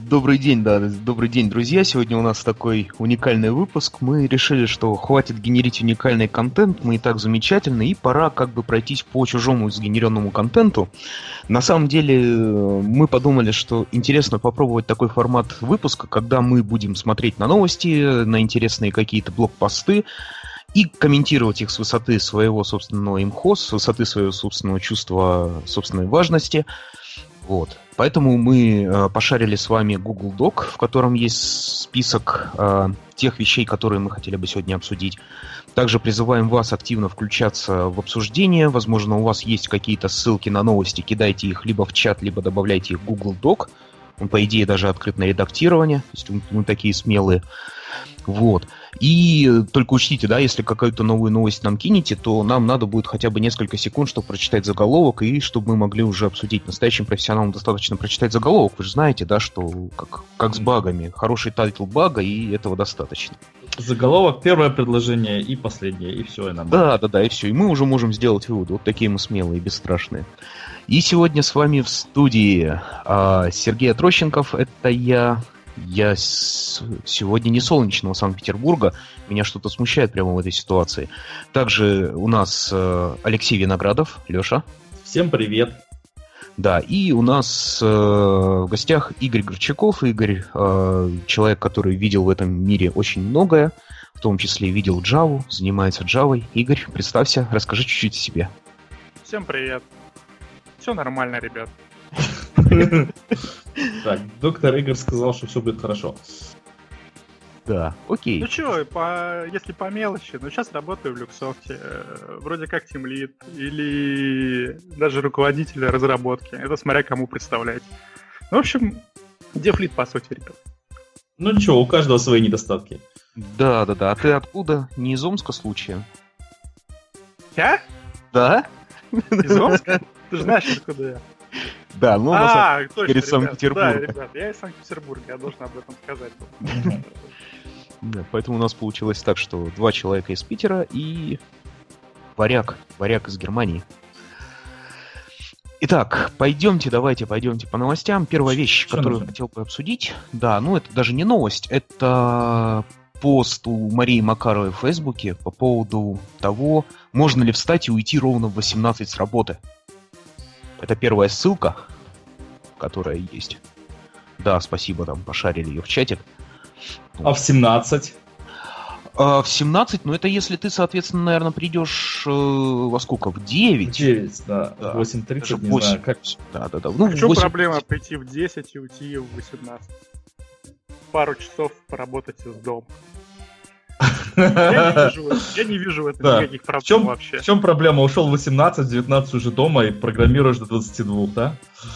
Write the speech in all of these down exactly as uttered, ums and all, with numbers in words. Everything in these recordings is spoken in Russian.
Добрый день, да, добрый день, друзья. Сегодня у нас такой уникальный выпуск. Мы решили, что хватит генерить уникальный контент, мы и так замечательны, и пора как бы пройтись по чужому сгенеренному контенту. На самом деле мы подумали, что интересно попробовать такой формат выпуска, когда мы будем смотреть на новости, на интересные какие-то блогпосты, и комментировать их с высоты своего собственного имхо, с высоты своего собственного чувства собственной важности. Вот. Поэтому мы э, пошарили с вами Google Doc, в котором есть список э, тех вещей, которые мы хотели бы сегодня обсудить. Также призываем вас активно включаться в обсуждение. Возможно, у вас есть какие-то ссылки на новости, кидайте их либо в чат, либо добавляйте их в Google Doc. Он, по идее, даже открыт на редактирование. То есть мы, мы такие смелые. Вот. И только учтите, да, если какую-то новую новость нам кинете, то нам надо будет хотя бы несколько секунд, чтобы прочитать заголовок, и чтобы мы могли уже обсудить. Настоящим профессионалам достаточно прочитать заголовок. Вы же знаете, да, что как, как с багами. Хороший тайтл бага, и этого достаточно. Заголовок, первое предложение и последнее, и все, и нормально. Да, да, да, и все. И мы уже можем сделать выводы. Вот такие мы смелые и бесстрашные. И сегодня с вами в студии а, Сергей Трощенков, это я... Я с... сегодня не солнечного Санкт-Петербурга. Меня что-то смущает прямо в этой ситуации. Также у нас э, Алексей Виноградов. Леша. Всем привет. Да, и у нас э, в гостях Игорь Горчаков. Игорь э, человек, который видел в этом мире очень многое. В том числе видел Java, занимается Java. Игорь, представься, расскажи чуть-чуть о себе. Всем привет. Все нормально, ребят. Так, доктор Игорь сказал, что все будет хорошо. Да, окей. Ну чё, по, если по мелочи, ну сейчас работаю в Люксофте, вроде как тимлид или даже руководитель разработки. Это смотря кому представлять. Ну, в общем, дефлид по сути, ребят. Ну ничего, у каждого свои недостатки. Да, да, да. А ты откуда? Не из Омска случая? Я? Да? Из Омска? Ты же знаешь, откуда я. Да, ну, а, на точно, перед Санкт-Петербургом. Да, ребят, я из Санкт-Петербурга, я должен об этом сказать. Да, поэтому у нас получилось так, что два человека из Питера и варяг, варяг из Германии. Итак, пойдемте, давайте пойдемте по новостям. Первая вещь, Что которую я хотел бы обсудить, да, ну это даже не новость, это пост у Марии Макаровой в Фейсбуке по поводу того, можно ли встать и уйти ровно в восемнадцать с работы. Это первая ссылка, которая есть. Да, спасибо, там пошарили ее в чатик. А в семнадцать? А в семнадцать, ну это если ты, соответственно, наверное, придешь э, во сколько? В девять? В девять, да. Да. В восемь тридцать, не восемь. знаю, как... Да, да, да. Ну, в чем восемь... проблема прийти в десять и уйти в восемнадцать? Пару часов поработать из дома. Я не вижу, я не вижу в этом Да. никаких проблем В чем, вообще. в чем проблема? Ушел в восемнадцать, в девятнадцать уже дома и программируешь до двадцати двух, да?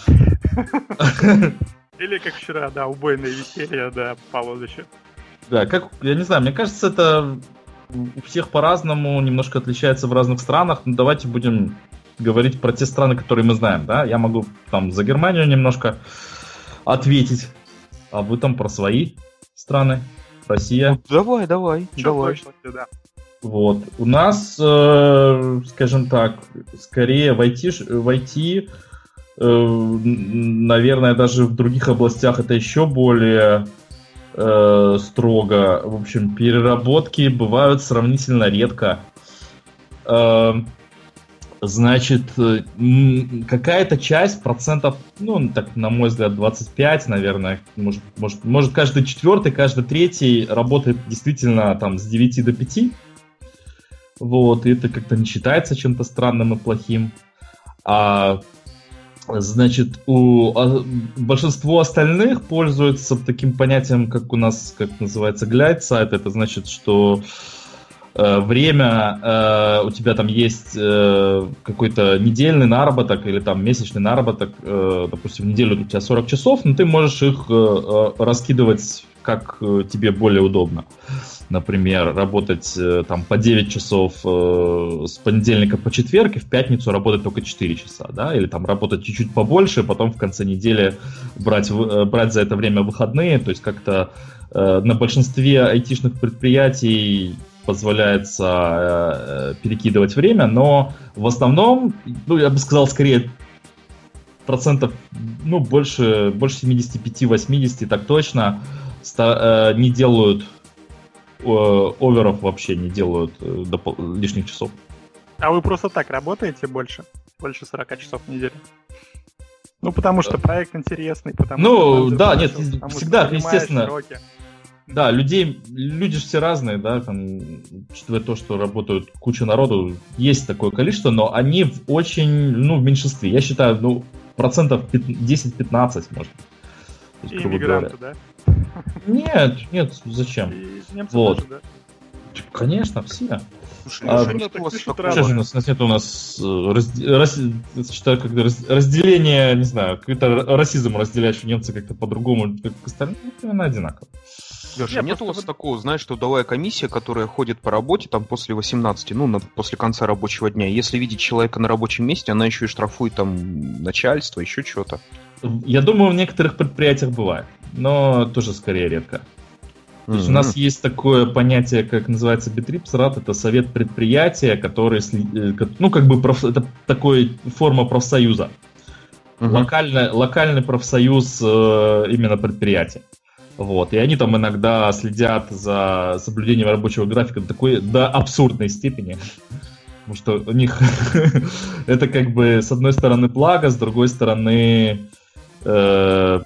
Или как вчера, да, убойное веселье, да, полозище. Да, как, я не знаю, мне кажется, это у всех по-разному, немножко отличается в разных странах. Но давайте будем говорить про те страны, которые мы знаем, да? Я могу там за Германию немножко ответить, а вы там про свои страны, Россия. Ну, давай, давай, Чё давай. точно, да. Вот. У нас, э, скажем так, скорее в ай ти, в ай ти э, наверное, даже в других областях это еще более э, строго. В общем, переработки бывают сравнительно редко. Э, значит, какая-то часть, процентов, ну, так, на мой взгляд, двадцать пять, наверное, может, может, может каждый четвертый, каждый третий работает действительно там с девяти до пяти. Вот, и это как-то не считается чем-то странным и плохим. А, значит, у а, большинство остальных пользуются таким понятием, как у нас, как называется, Gleitzeit. Это значит, что э, время, э, у тебя там есть э, какой-то недельный наработок или там месячный наработок, э, допустим, в неделю у тебя сорок часов, но ты можешь их э, раскидывать как тебе более удобно. Например, работать там по девять часов э, с понедельника по четверг и в пятницу работать только четыре часа, да, или там работать чуть-чуть побольше, потом в конце недели брать, брать за это время выходные, то есть как-то э, на большинстве айтишных предприятий позволяется э, перекидывать время, но в основном, ну, я бы сказал, скорее процентов, ну, больше, больше семьдесят пять - восемьдесят так точно ста, э, не делают э, оверов вообще, не делают э, допол- лишних часов. А вы просто так работаете больше? Больше сорок часов в неделю? Ну, потому что проект интересный, потому ну, что... да, нет, всегда, естественно. Сроки. Да, людей, люди же все разные, да, там, учитывая то, что работают куча народу, есть такое количество, но они в очень, ну, в меньшинстве. Я считаю, ну, процентов десять-пятнадцать, может. То есть, и иммигранты, да? Нет, нет, зачем? И немцы вот. тоже, да? Конечно, все. Слушай, А, Леша, ну, нет так у вас пишут такого- разом. Что же у нас, нет у нас э, разде- рас- считаю, как раз- разделение, не знаю, какой-то ра- расизм разделяешь, что немцы как-то по-другому, как остальные, ну, примерно одинаково. Леша, Не, нет просто у вас вот- такого, знаешь, трудовая комиссия, которая ходит по работе там после восемнадцати, ну, на- после конца рабочего дня. Если видит человека на рабочем месте, она еще и штрафует там начальство, еще что-то. Я думаю, в некоторых предприятиях бывает, но тоже скорее редко. То есть у нас есть такое понятие, как называется Битрипсрат, это совет предприятия, который, сли- э, ну, как бы, проф- это такая форма профсоюза. Мгм. Локальный, локальный профсоюз э, именно предприятия. Вот. И они там иногда следят за соблюдением рабочего графика до такой, до абсурдной степени. Потому что у них это как бы с одной стороны благо, с другой стороны, э,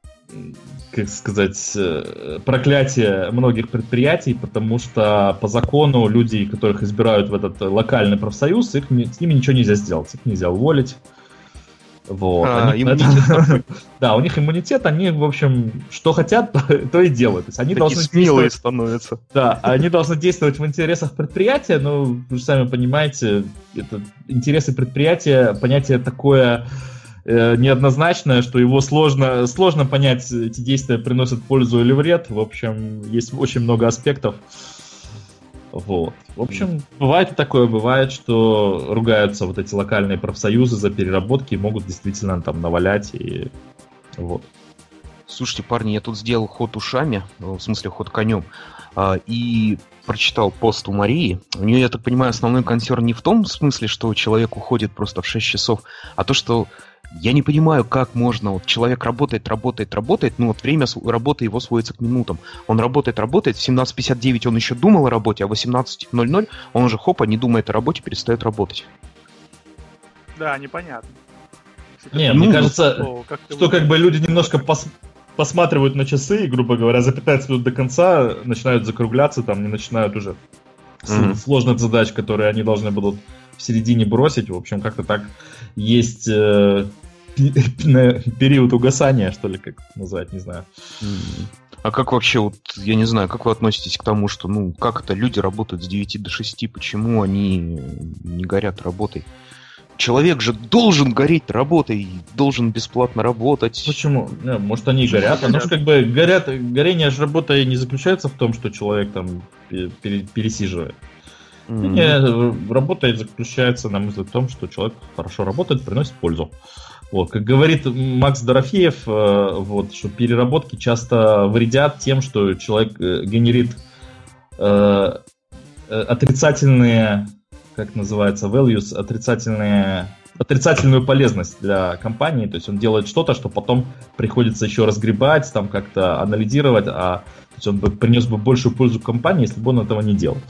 как сказать, э, проклятие многих предприятий, потому что по закону люди, которых избирают в этот локальный профсоюз, их, не- с ними ничего нельзя сделать, их нельзя уволить. Вот. А, Они- иммунитет такой. Да, у них иммунитет, они, в общем, что хотят, то, то и делают. То есть они Такие должны смелые действовать, становятся. да, они должны действовать в интересах предприятия, но вы же сами понимаете, это интересы предприятия, понятие такое э, неоднозначное, что его сложно, сложно понять, эти действия приносят пользу или вред. В общем, есть очень много аспектов. Вот. В общем, бывает и такое, бывает, что ругаются вот эти локальные профсоюзы за переработки и могут действительно там навалять и вот. Слушайте, парни, я тут сделал ход ушами, ну, в смысле ход конем, а, и прочитал пост у Марии. У нее, я так понимаю, основной консерн не в том смысле, что человек уходит просто в шесть часов, а то, что я не понимаю, как можно, вот человек работает, работает, работает, ну вот время св- работы его сводится к минутам. Он работает, работает, в семнадцать пятьдесят девять он еще думал о работе, а в восемнадцать ноль ноль он уже хопа, не думает о работе, перестает работать. Да, непонятно. Не, Ну, мне кажется, Слово, как ты что как бы выразил? люди немножко пос- посматривают на часы, и, грубо говоря, за пятнадцать минут до конца начинают закругляться, там не начинают уже с Мгм. сложных задач, которые они должны будут в середине бросить. В общем, как-то так есть э, пи- период угасания, что ли, как это назвать, не знаю. М. А как вообще, вот, я не знаю, как вы относитесь к тому, что, ну, как это люди работают с девяти до шести, почему они не горят работой? Человек же должен гореть работой, должен бесплатно работать. Почему? Не, может, они и Почему горят. Оно горят? же как бы горят, горение же работы не заключается в том, что человек там пе- пере- пересиживает. М. Не, работа заключается, на мой взгляд, в том, что человек хорошо работает, приносит пользу. Вот, как говорит Макс Дорофеев, э, вот, что переработки часто вредят тем, что человек э, генерит э, э, отрицательные, как называется, values, отрицательные, отрицательную полезность для компании. То есть он делает что-то, что потом приходится еще разгребать, там как-то анализировать, а то есть он бы принес бы большую пользу компании, если бы он этого не делал.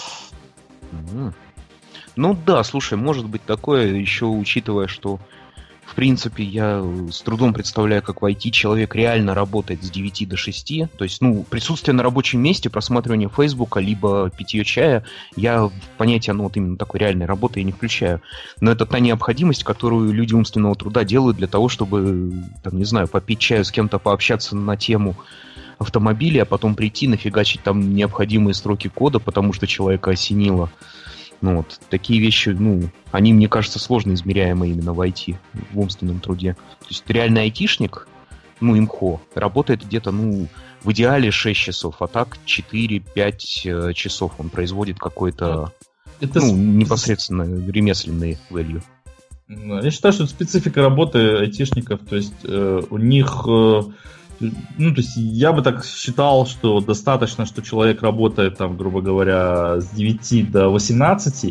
Мгм. Ну да, слушай, может быть такое, еще учитывая, что в принципе я с трудом представляю, как в ай ти человек реально работает с девяти до шести. То есть, ну, присутствие на рабочем месте, просматривание Фейсбука, либо питье чая, я в понятие, ну, вот именно такой реальной работы я не включаю. Но это та необходимость, которую люди умственного труда делают для того, чтобы, там, не знаю, попить чаю с кем-то, пообщаться на тему автомобиля, а потом прийти, нафигачить там необходимые строки кода, потому что человека осенило. Ну вот, такие вещи, ну, они, мне кажется, сложно измеряемы именно в ай ти, в умственном труде. То есть реальный айтишник, ну, имхо, работает где-то, ну, в идеале шесть часов, а так четыре-пять э, часов он производит какой-то, Это ну, с- непосредственно ремесленный value. Я считаю, что это специфика работы айтишников, то есть э, у них, э, ну, то есть я бы так считал, что достаточно, что человек работает там, грубо говоря, с девяти до восемнадцати,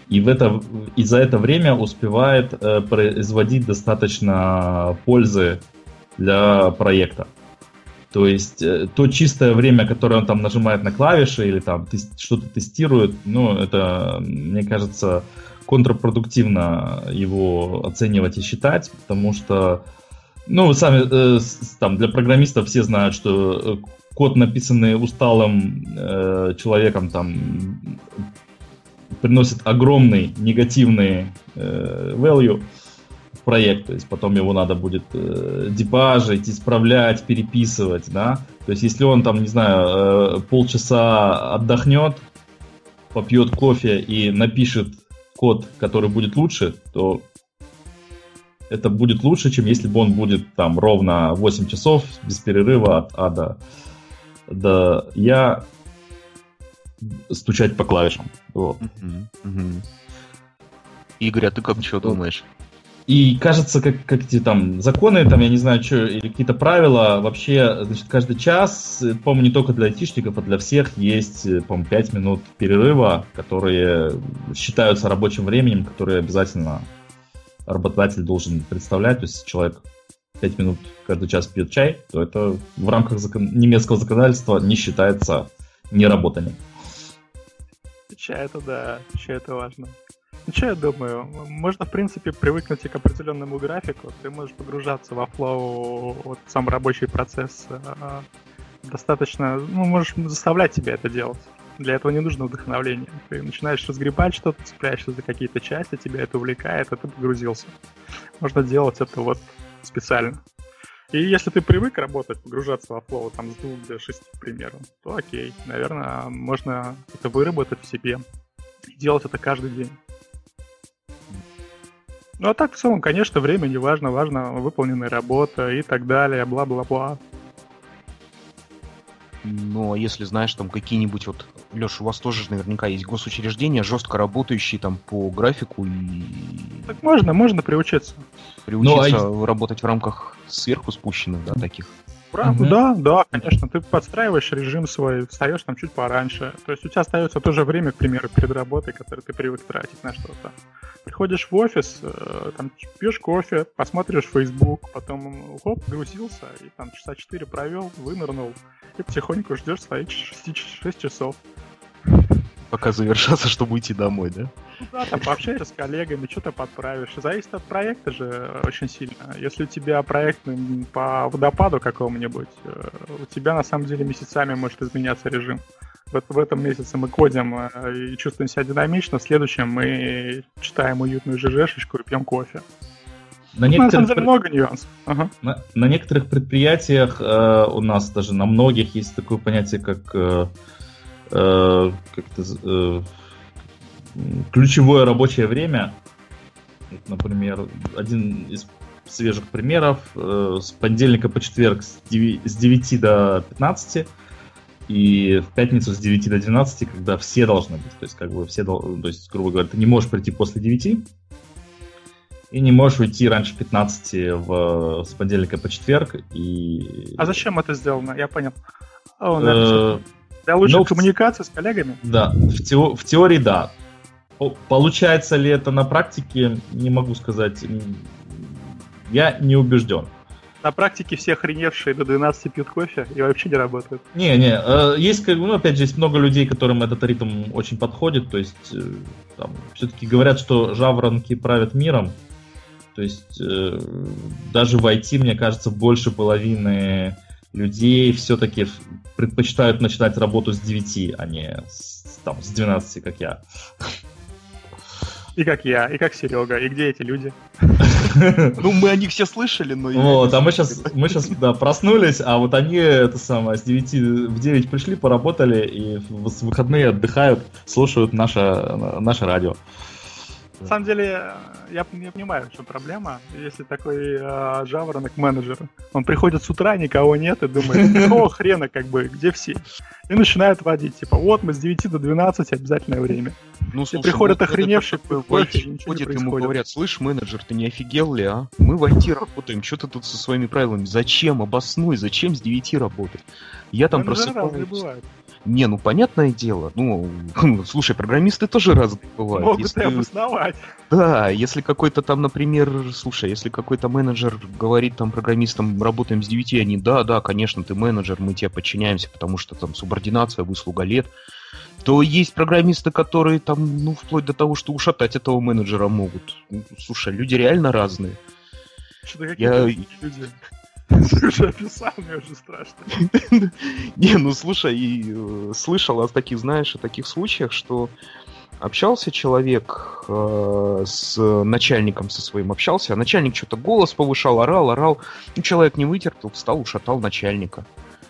и, в это, и за это время успевает э, производить достаточно пользы для проекта. То есть э, то чистое время, которое он там нажимает на клавиши или там тес- что-то тестирует, ну, это, мне кажется, контрпродуктивно его оценивать и считать, потому что, ну, вы сами, э, там, для программистов все знают, что код, написанный усталым э, человеком, там, приносит огромный негативный э, value в проект, то есть потом его надо будет э, дебажить, исправлять, переписывать, да, то есть если он там, не знаю, э, полчаса отдохнет, попьет кофе и напишет код, который будет лучше, то это будет лучше, чем если бы он будет там ровно восемь часов без перерыва от А до, до Я стучать по клавишам. Вот. Мгм, мгм. Игорь, а ты как что думаешь? И кажется, как, как эти там законы, там, я не знаю, что, или какие-то правила, вообще, значит, каждый час, по-моему, не только для айтишников, а для всех есть, по-моему, пять минут перерыва, которые считаются рабочим временем, которые обязательно работодатель должен представлять. То есть, если человек пять минут каждый час пьет чай, то это в рамках закон... немецкого законодательства не считается неработанием. Чай это да, чай это важно. Ну, что я думаю, можно, в принципе, привыкнуть и к определенному графику. Ты можешь погружаться во флоу, вот сам рабочий процесс. А, достаточно, ну, можешь заставлять себя это делать. Для этого не нужно вдохновление. Ты начинаешь разгребать что-то, цепляешься за какие-то части, тебя это увлекает, а ты погрузился. Можно делать это вот специально. И если ты привык работать, погружаться во флоу там с двух до шести, к примеру, то окей, наверное, можно это выработать в себе и делать это каждый день. Ну а так в целом, конечно, время не важно, важно выполненная работа и так далее, бла-бла-бла. Ну, а если знаешь, там какие-нибудь вот, Леша, у вас тоже наверняка есть госучреждения, жестко работающие там по графику и Так можно, можно приучиться. приучиться Ну, работать в рамках сверху спущенных, да, таких. Правда, Мгм. да, да, конечно. Ты подстраиваешь режим свой, встаешь там чуть пораньше. То есть у тебя остается то же время, к примеру, перед работой, которое ты привык тратить на что-то. Приходишь в офис, э, там пьешь кофе, посмотришь Facebook, потом хоп, грузился, и там часа четыре провел, вынырнул, и потихоньку ждешь свои шесть часов. Пока завершаться, чтобы уйти домой, да? Ну да, там пообщаешься с коллегами, что-то подправишь. Зависит от проекта же очень сильно. Если у тебя проект м, по водопаду какому-нибудь, э, у тебя на самом деле месяцами может изменяться режим. Вот в этом месяце мы кодим э, и чувствуем себя динамично, в следующем мы читаем уютную ЖЖшечку и пьем кофе. На Тут, на самом некоторых, деле пр- много нюансов. Ага. на, на некоторых предприятиях э, у нас даже на многих есть такое понятие, как, э, э, как это, э, ключевое рабочее время. Вот, например, один из свежих примеров э, с понедельника по четверг с девяти до пятнадцати и в пятницу с девяти до двенадцати, когда все должны быть. То есть, как бы все, дол- то есть, грубо говоря, ты не можешь прийти после девяти и не можешь уйти раньше пятнадцати в, с понедельника по четверг. И... А зачем это сделано? Я понял. О, Э, наверное, для лучшей ну, в- коммуникации с коллегами. Да, в, тео- в теории да. О, Получается ли это на практике, не могу сказать. М, Я не убежден. На практике все охреневшие до двенадцати пьют кофе и вообще не работают. Не-не, э, есть, как бы, ну, опять же, есть много людей, которым этот ритм очень подходит. То есть, э, там, все-таки говорят, что жаворонки правят миром. То есть, э, даже в ай ти, мне кажется, больше половины людей все-таки предпочитают начинать работу с девяти, а не с, там, с двенадцати, как я. И как я, и как Серега, и где эти люди? Ну, мы о них все слышали, но... я Вот, не а мы знаю. сейчас, мы сейчас, да, проснулись, а вот они, это самое, с девяти в девять пришли, поработали, и в в выходные отдыхают, слушают наше, наше радио. На самом деле, я не понимаю, в чем проблема. Если такой э, жаворонок-менеджер, он приходит с утра, никого нет, и думает, какого хрена, как бы, где все? И начинает водить, типа, вот мы с девяти до двенадцати обязательное время. Ну, слушай, приходят ну, охреневшие, ходят, ему говорят: слышь, менеджер, ты не офигел ли, а? Мы в ай ти работаем, что ты тут со своими правилами? Зачем? Обоснуй, зачем с девяти работать? Я там просыпаюсь. Не, ну понятное дело. Ну, слушай, программисты тоже разные бывают. Могут если... и обосновать. Да, если какой-то там, например, слушай, если какой-то менеджер говорит там программистам, работаем с девяти, они, да, да, конечно, ты менеджер, мы тебе подчиняемся, потому что там субординация, выслуга лет, то есть программисты, которые там, ну, вплоть до того, что ушатать этого менеджера могут. Слушай, люди реально разные. Что-то какие-то Я... люди... Слушай, описание уже страшно. Не, ну слушай, и, слышал о таких, знаешь, о таких случаях, что общался человек э, с начальником со своим, общался, а начальник что-то голос повышал, орал, орал. Ну, человек не вытерпел, встал, ушатал начальника.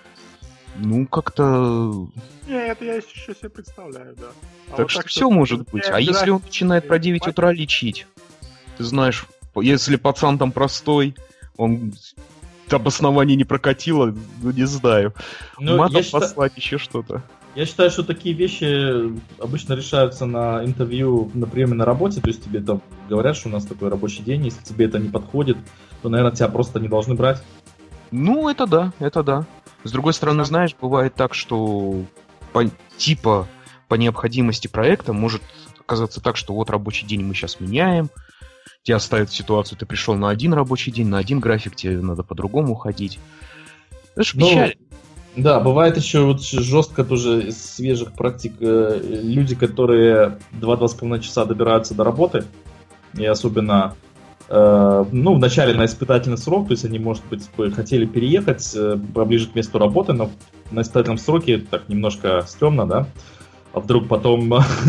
Ну, как-то... Не, это я еще себе представляю, да. А так вот что так, все что может быть. А если он начинает про девять утра лечить? Ты знаешь, если пацан там простой, он... обоснование не прокатило, ну не знаю. Ну, матом послать, считаю, еще что-то. Я считаю, что такие вещи обычно решаются на интервью на приеме на работе, то есть тебе там говорят, что у нас такой рабочий день, если тебе это не подходит, то, наверное, тебя просто не должны брать. Ну, это да, это да. С другой стороны, да. Знаешь, бывает так, что по, типа по необходимости проекта может оказаться так, что вот рабочий день мы сейчас меняем, тебя ставят в ситуацию, ты пришел на один рабочий день, на один график, тебе надо по-другому ходить. Это ж печаль. Ну, да, бывает еще вот жестко тоже из свежих практик э, люди, которые два-два с половиной часа добираются до работы, и особенно э, ну, вначале на испытательный срок, то есть они, может быть, хотели переехать э, поближе к месту работы, но на испытательном сроке так немножко стрёмно, да, а вдруг потом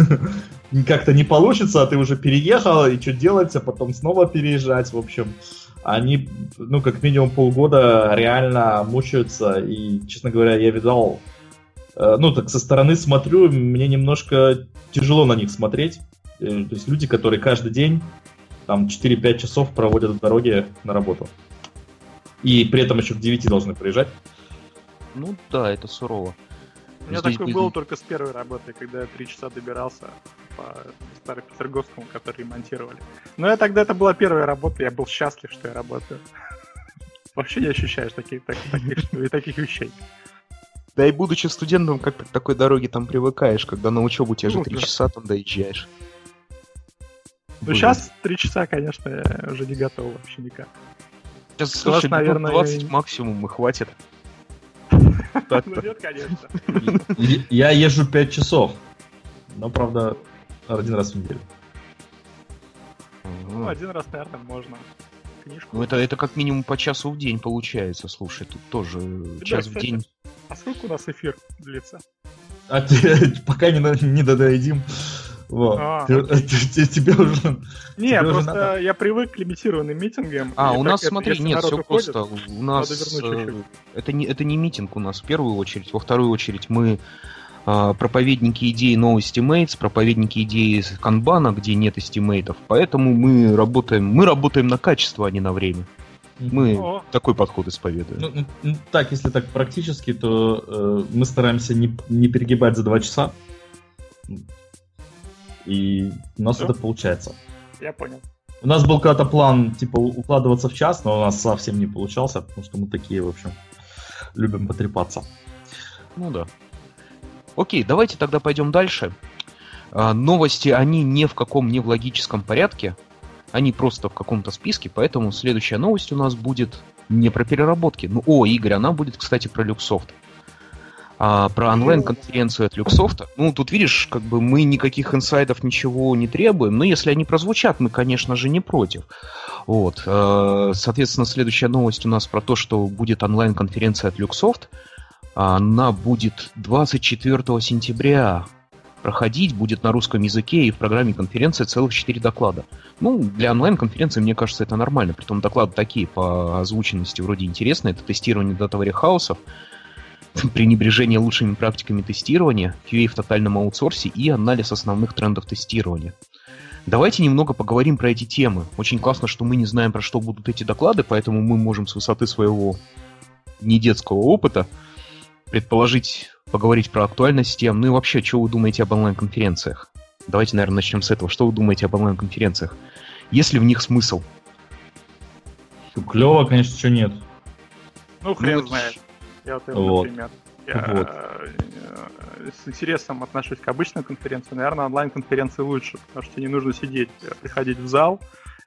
как-то не получится, а ты уже переехал, и что делать, а потом снова переезжать, в общем. Они, ну, как минимум полгода реально мучаются, и, честно говоря, я видал, э, ну, так со стороны смотрю, мне немножко тяжело на них смотреть. Э, то есть люди, которые каждый день там четыре-пять часов проводят в дороге на работу. И при этом еще к девяти должны приезжать. Ну да, это сурово. У меня такое было только с первой работой, когда я три часа добирался по Старопетерговскому, который ремонтировали. Но я тогда, это была первая работа, я был счастлив, что я работаю. Вообще не ощущаешь таких, так, таких, таких вещей. Да и будучи студентом, как к такой дороге там привыкаешь, когда на учебу тебе же три часа там доезжаешь. Ну сейчас три часа, конечно, я уже не готов вообще никак. Сейчас, слушай, наверное, двадцать максимум и хватит. Ну нет, конечно. Я езжу пять часов, но, правда, один раз в неделю. Ну, один раз, наверное, можно. Книжку. Ну, это, это как минимум по часу в день получается, слушай, тут тоже да, час кстати, в день. А сколько у нас эфир длится? А ты, пока не, не додоедим. А, ты, ты, тебе уже... Не, тебе просто уже я привык к лимитированным митингам. А, у нас, смотри, это, нет, все уходит, просто. У нас это не, это не митинг у нас в первую очередь. Во вторую очередь мы а, проповедники идеи No Estimates, проповедники идеи канбана, где нет эстимейтов. Поэтому мы работаем, мы работаем на качество, а не на время. Мы О. такой подход исповедуем. Ну, ну, так, если так практически, то э, мы стараемся не, не перегибать за два часа. И у нас Все? Это получается. Я понял. У нас был когда-то план, типа, укладываться в час, но у нас совсем не получался, потому что мы такие, в общем, любим потрепаться. Ну да. Окей, давайте тогда пойдем дальше. А, новости, они ни в каком не в логическом порядке, они просто в каком-то списке, поэтому следующая новость у нас будет не про переработки. Ну, о, Игорь, она будет, кстати, про Люксофт. А, про онлайн-конференцию от Люксофта. Ну, тут видишь, как бы мы никаких инсайдов, ничего не требуем, но если они прозвучат, мы, конечно же, не против. Вот. Соответственно, следующая новость у нас про то, что будет онлайн-конференция от Люксофт. Она будет двадцать четвёртого сентября проходить, будет на русском языке, и в программе конференции целых четыре доклада. Ну, для онлайн-конференции, мне кажется, это нормально. Притом доклады такие по озвученности вроде интересные. Это тестирование дата-варехаусов, пренебрежение лучшими практиками тестирования, кью эй в тотальном аутсорсе и анализ основных трендов тестирования. Давайте немного поговорим про эти темы. Очень классно, что мы не знаем, про что будут эти доклады, поэтому мы можем с высоты своего недетского опыта предположить, поговорить про актуальность тем. Ну и вообще, что вы думаете об онлайн-конференциях? Давайте, наверное, начнем с этого. Что вы думаете об онлайн-конференциях? Есть ли в них смысл? Клево, конечно, что нет. Ну, хрен Ну, знает. Я вот, вот. например, я Вот. э, с интересом отношусь к обычной конференции. Наверное, онлайн-конференции лучше, потому что тебе не нужно сидеть, приходить в зал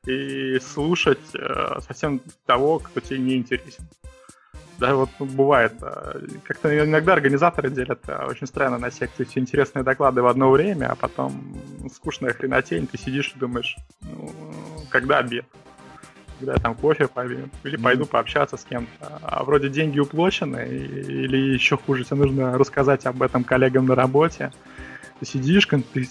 и слушать э, совсем того, кто тебе не интересен. Да, вот ну, бывает. э, Как-то иногда организаторы делят э, очень странно на секции все интересные доклады в одно время, а потом скучная хренотень, ты сидишь и думаешь, ну, когда обед? Когда я там кофе попью, или пойду пообщаться с кем-то. А вроде деньги уплочены, и- или еще хуже, тебе нужно рассказать об этом коллегам на работе. Ты сидишь,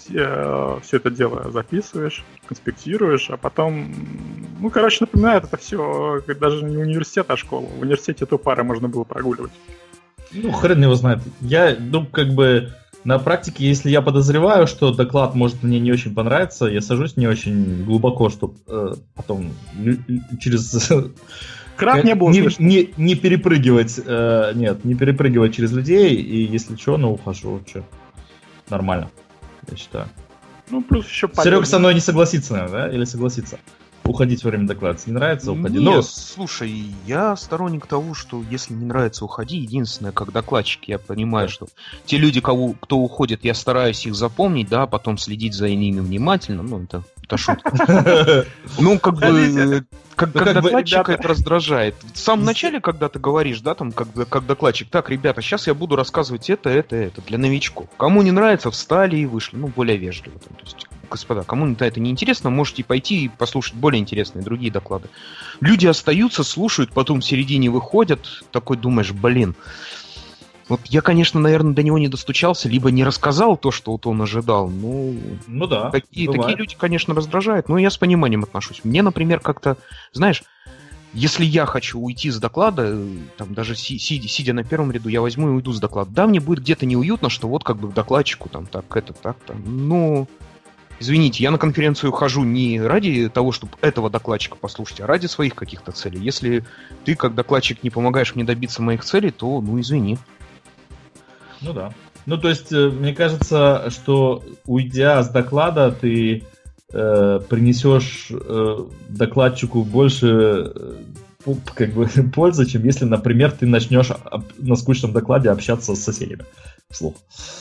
все это дело записываешь, конспектируешь, а потом, ну, короче, напоминает это все даже не университет, а школа. В университете то пары можно было прогуливать. Ну, хрен его знает. Я, ну, как бы, на практике, если я подозреваю, что доклад может мне не очень понравиться, я сажусь не очень глубоко, чтобы э, потом лю- лю- через... Краб не было не, слышно. не, не перепрыгивать, э, нет, не перепрыгивать через людей, и если что, ну, ухожу, что. Нормально, я считаю. Ну, плюс еще Серега со мной не согласится, наверное, да? Или согласится? Уходить во время доклада. Не нравится, уходи. Не, Ну, слушай, я сторонник того, что если не нравится, уходи. Единственное, как докладчик, я понимаю, что те люди, кого, кто уходит, я стараюсь их запомнить, да, потом следить за ними внимательно. Ну, это, это шутка. Ну, как бы... Как, Ну, как как бы, докладчика ребята- это раздражает. В самом начале, когда ты говоришь, да, там, как, как докладчик, так, ребята, сейчас я буду рассказывать это, это, это для новичков. Кому не нравится, встали и вышли. Ну, более вежливо. Там, то есть, господа, кому это не интересно, можете пойти и послушать более интересные другие доклады. Люди остаются, слушают, потом в середине выходят. Такой думаешь, блин. Вот я, конечно, наверное, до него не достучался, либо не рассказал то, что вот он ожидал. Ну, ну да, такие, бывает. такие люди, конечно, раздражают, но я с пониманием отношусь. Мне, например, как-то, знаешь, если я хочу уйти с доклада, э, там даже си- сидя, сидя на первом ряду, я возьму и уйду с доклада. Да, мне будет где-то неуютно, что вот как бы докладчику там так, это, так, там. Ну, извините, я на конференцию хожу не ради того, чтобы этого докладчика послушать, а ради своих каких-то целей. Если ты, как докладчик, не помогаешь мне добиться моих целей, то, ну, извини. Ну да. Ну, то есть, э, мне кажется, что уйдя с доклада, ты э, принесешь э, докладчику больше э, п- как бы, пользы, чем если, например, ты начнешь об- на скучном докладе общаться с соседями вслух.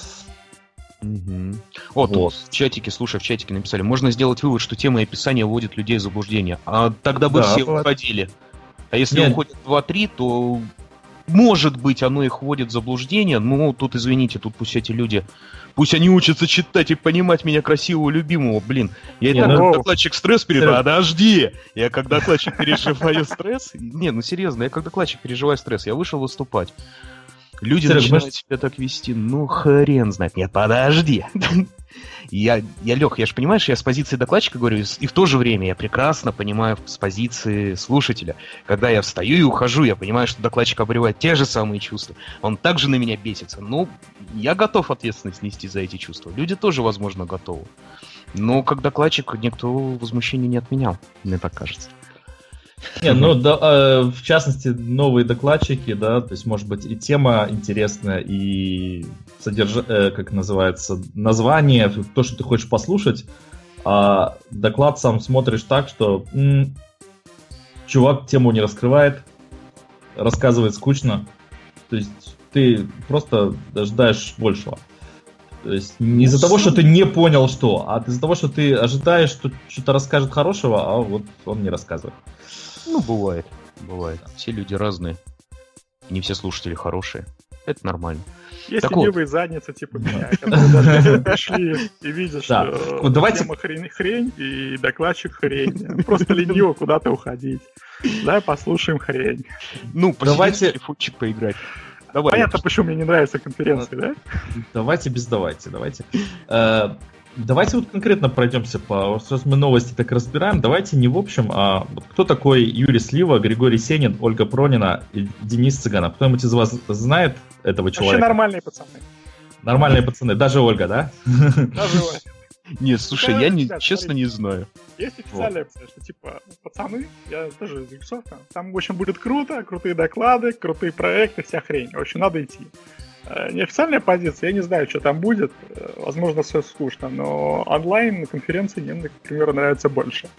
Угу. Вот, Вот. в чатике, слушай, в чатике написали, можно сделать вывод, что тема и описание вводит людей в заблуждение. А тогда бы Да, все бывает. уходили. А если Нет. уходят два-три, то может быть оно их вводит в заблуждение. Ну, тут, извините, тут пусть эти люди, пусть они учатся читать и понимать меня красивого, любимого. Блин, я и Не, так ну- как докладчик стресс переживаю. Серёг. Подожди! Я как докладчик переживаю стресс. Не, ну серьезно, я как докладчик переживаю стресс. Я вышел выступать. Люди Серёг, начинают может- себя так вести, ну хрен знает. Нет, подожди. Я, я Лех, я же понимаешь, я с позиции докладчика говорю, и с- и в то же время я прекрасно понимаю с позиции слушателя. Когда я встаю и ухожу, я понимаю, что докладчик обревает те же самые чувства. Он также на меня бесится. Ну, я готов ответственность нести за эти чувства. Люди тоже, возможно, готовы. Но как докладчик никто возмущения не отменял, мне так кажется. Не, ну, да, э, в частности, новые докладчики, да, то есть, может быть, и тема интересная, и содерж... э, как называется, название, то, что ты хочешь послушать, а доклад сам смотришь так, что м, чувак тему не раскрывает, рассказывает скучно, то есть ты просто ожидаешь большего. То есть не из-за того, что ты не понял что, а из-за того, что ты ожидаешь, что что-то расскажет хорошего, а вот он не рассказывает. Ну, бывает, бывает. Все люди разные. Не все слушатели хорошие. Это нормально. Есть Так ленивые задницы, типа меня, которые даже пришли и видят, Да. что Вот давайте- тема хрень, хрень и докладчик хрень. Просто лениво куда-то уходить. Давай послушаем хрень. Ну, посидеть Давайте- в телефончик поиграть. Давай. Понятно, почему мне не нравятся конференции, да? Давайте без давайте, давайте. Э, давайте вот конкретно пройдемся по... вот Сейчас мы новости так разбираем. Давайте не в общем, а вот кто такой Юрий Слива, Григорий Сенин, Ольга Пронина и Денис Цыганов? Кто-нибудь из вас знает этого Вообще человека? нормальные пацаны. Нормальные пацаны, даже Ольга, да? Даже вот. Нет, слушай, Да, я не, ребят, честно смотрите. не знаю. Есть официальная опция, что типа, пацаны, я тоже из Ubisoft, там в общем будет круто, крутые доклады, крутые проекты, вся хрень. В общем, надо идти. Неофициальная позиция, я не знаю, что там будет. Возможно, все скучно, но онлайн-конференции мне, например, нравятся больше.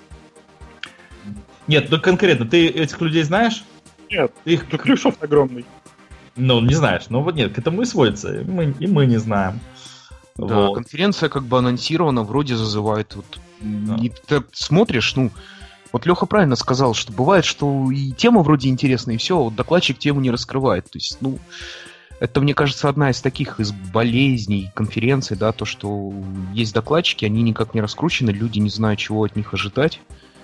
Нет, ну конкретно, ты этих людей знаешь? Нет, ты их... Люксофт огромный. Ну, не знаешь, ну вот нет, к этому и сводится, и мы, и мы не знаем. Да, вот. Конференция как бы анонсирована, вроде зазывает. Вот, да. И ты смотришь, ну, вот Леха правильно сказал, что бывает, что и тема вроде интересная, и все, а вот докладчик тему не раскрывает. То есть, ну, это, мне кажется, одна из таких из болезней конференции, да, то, что есть докладчики, они никак не раскручены, люди не знают, чего от них ожидать.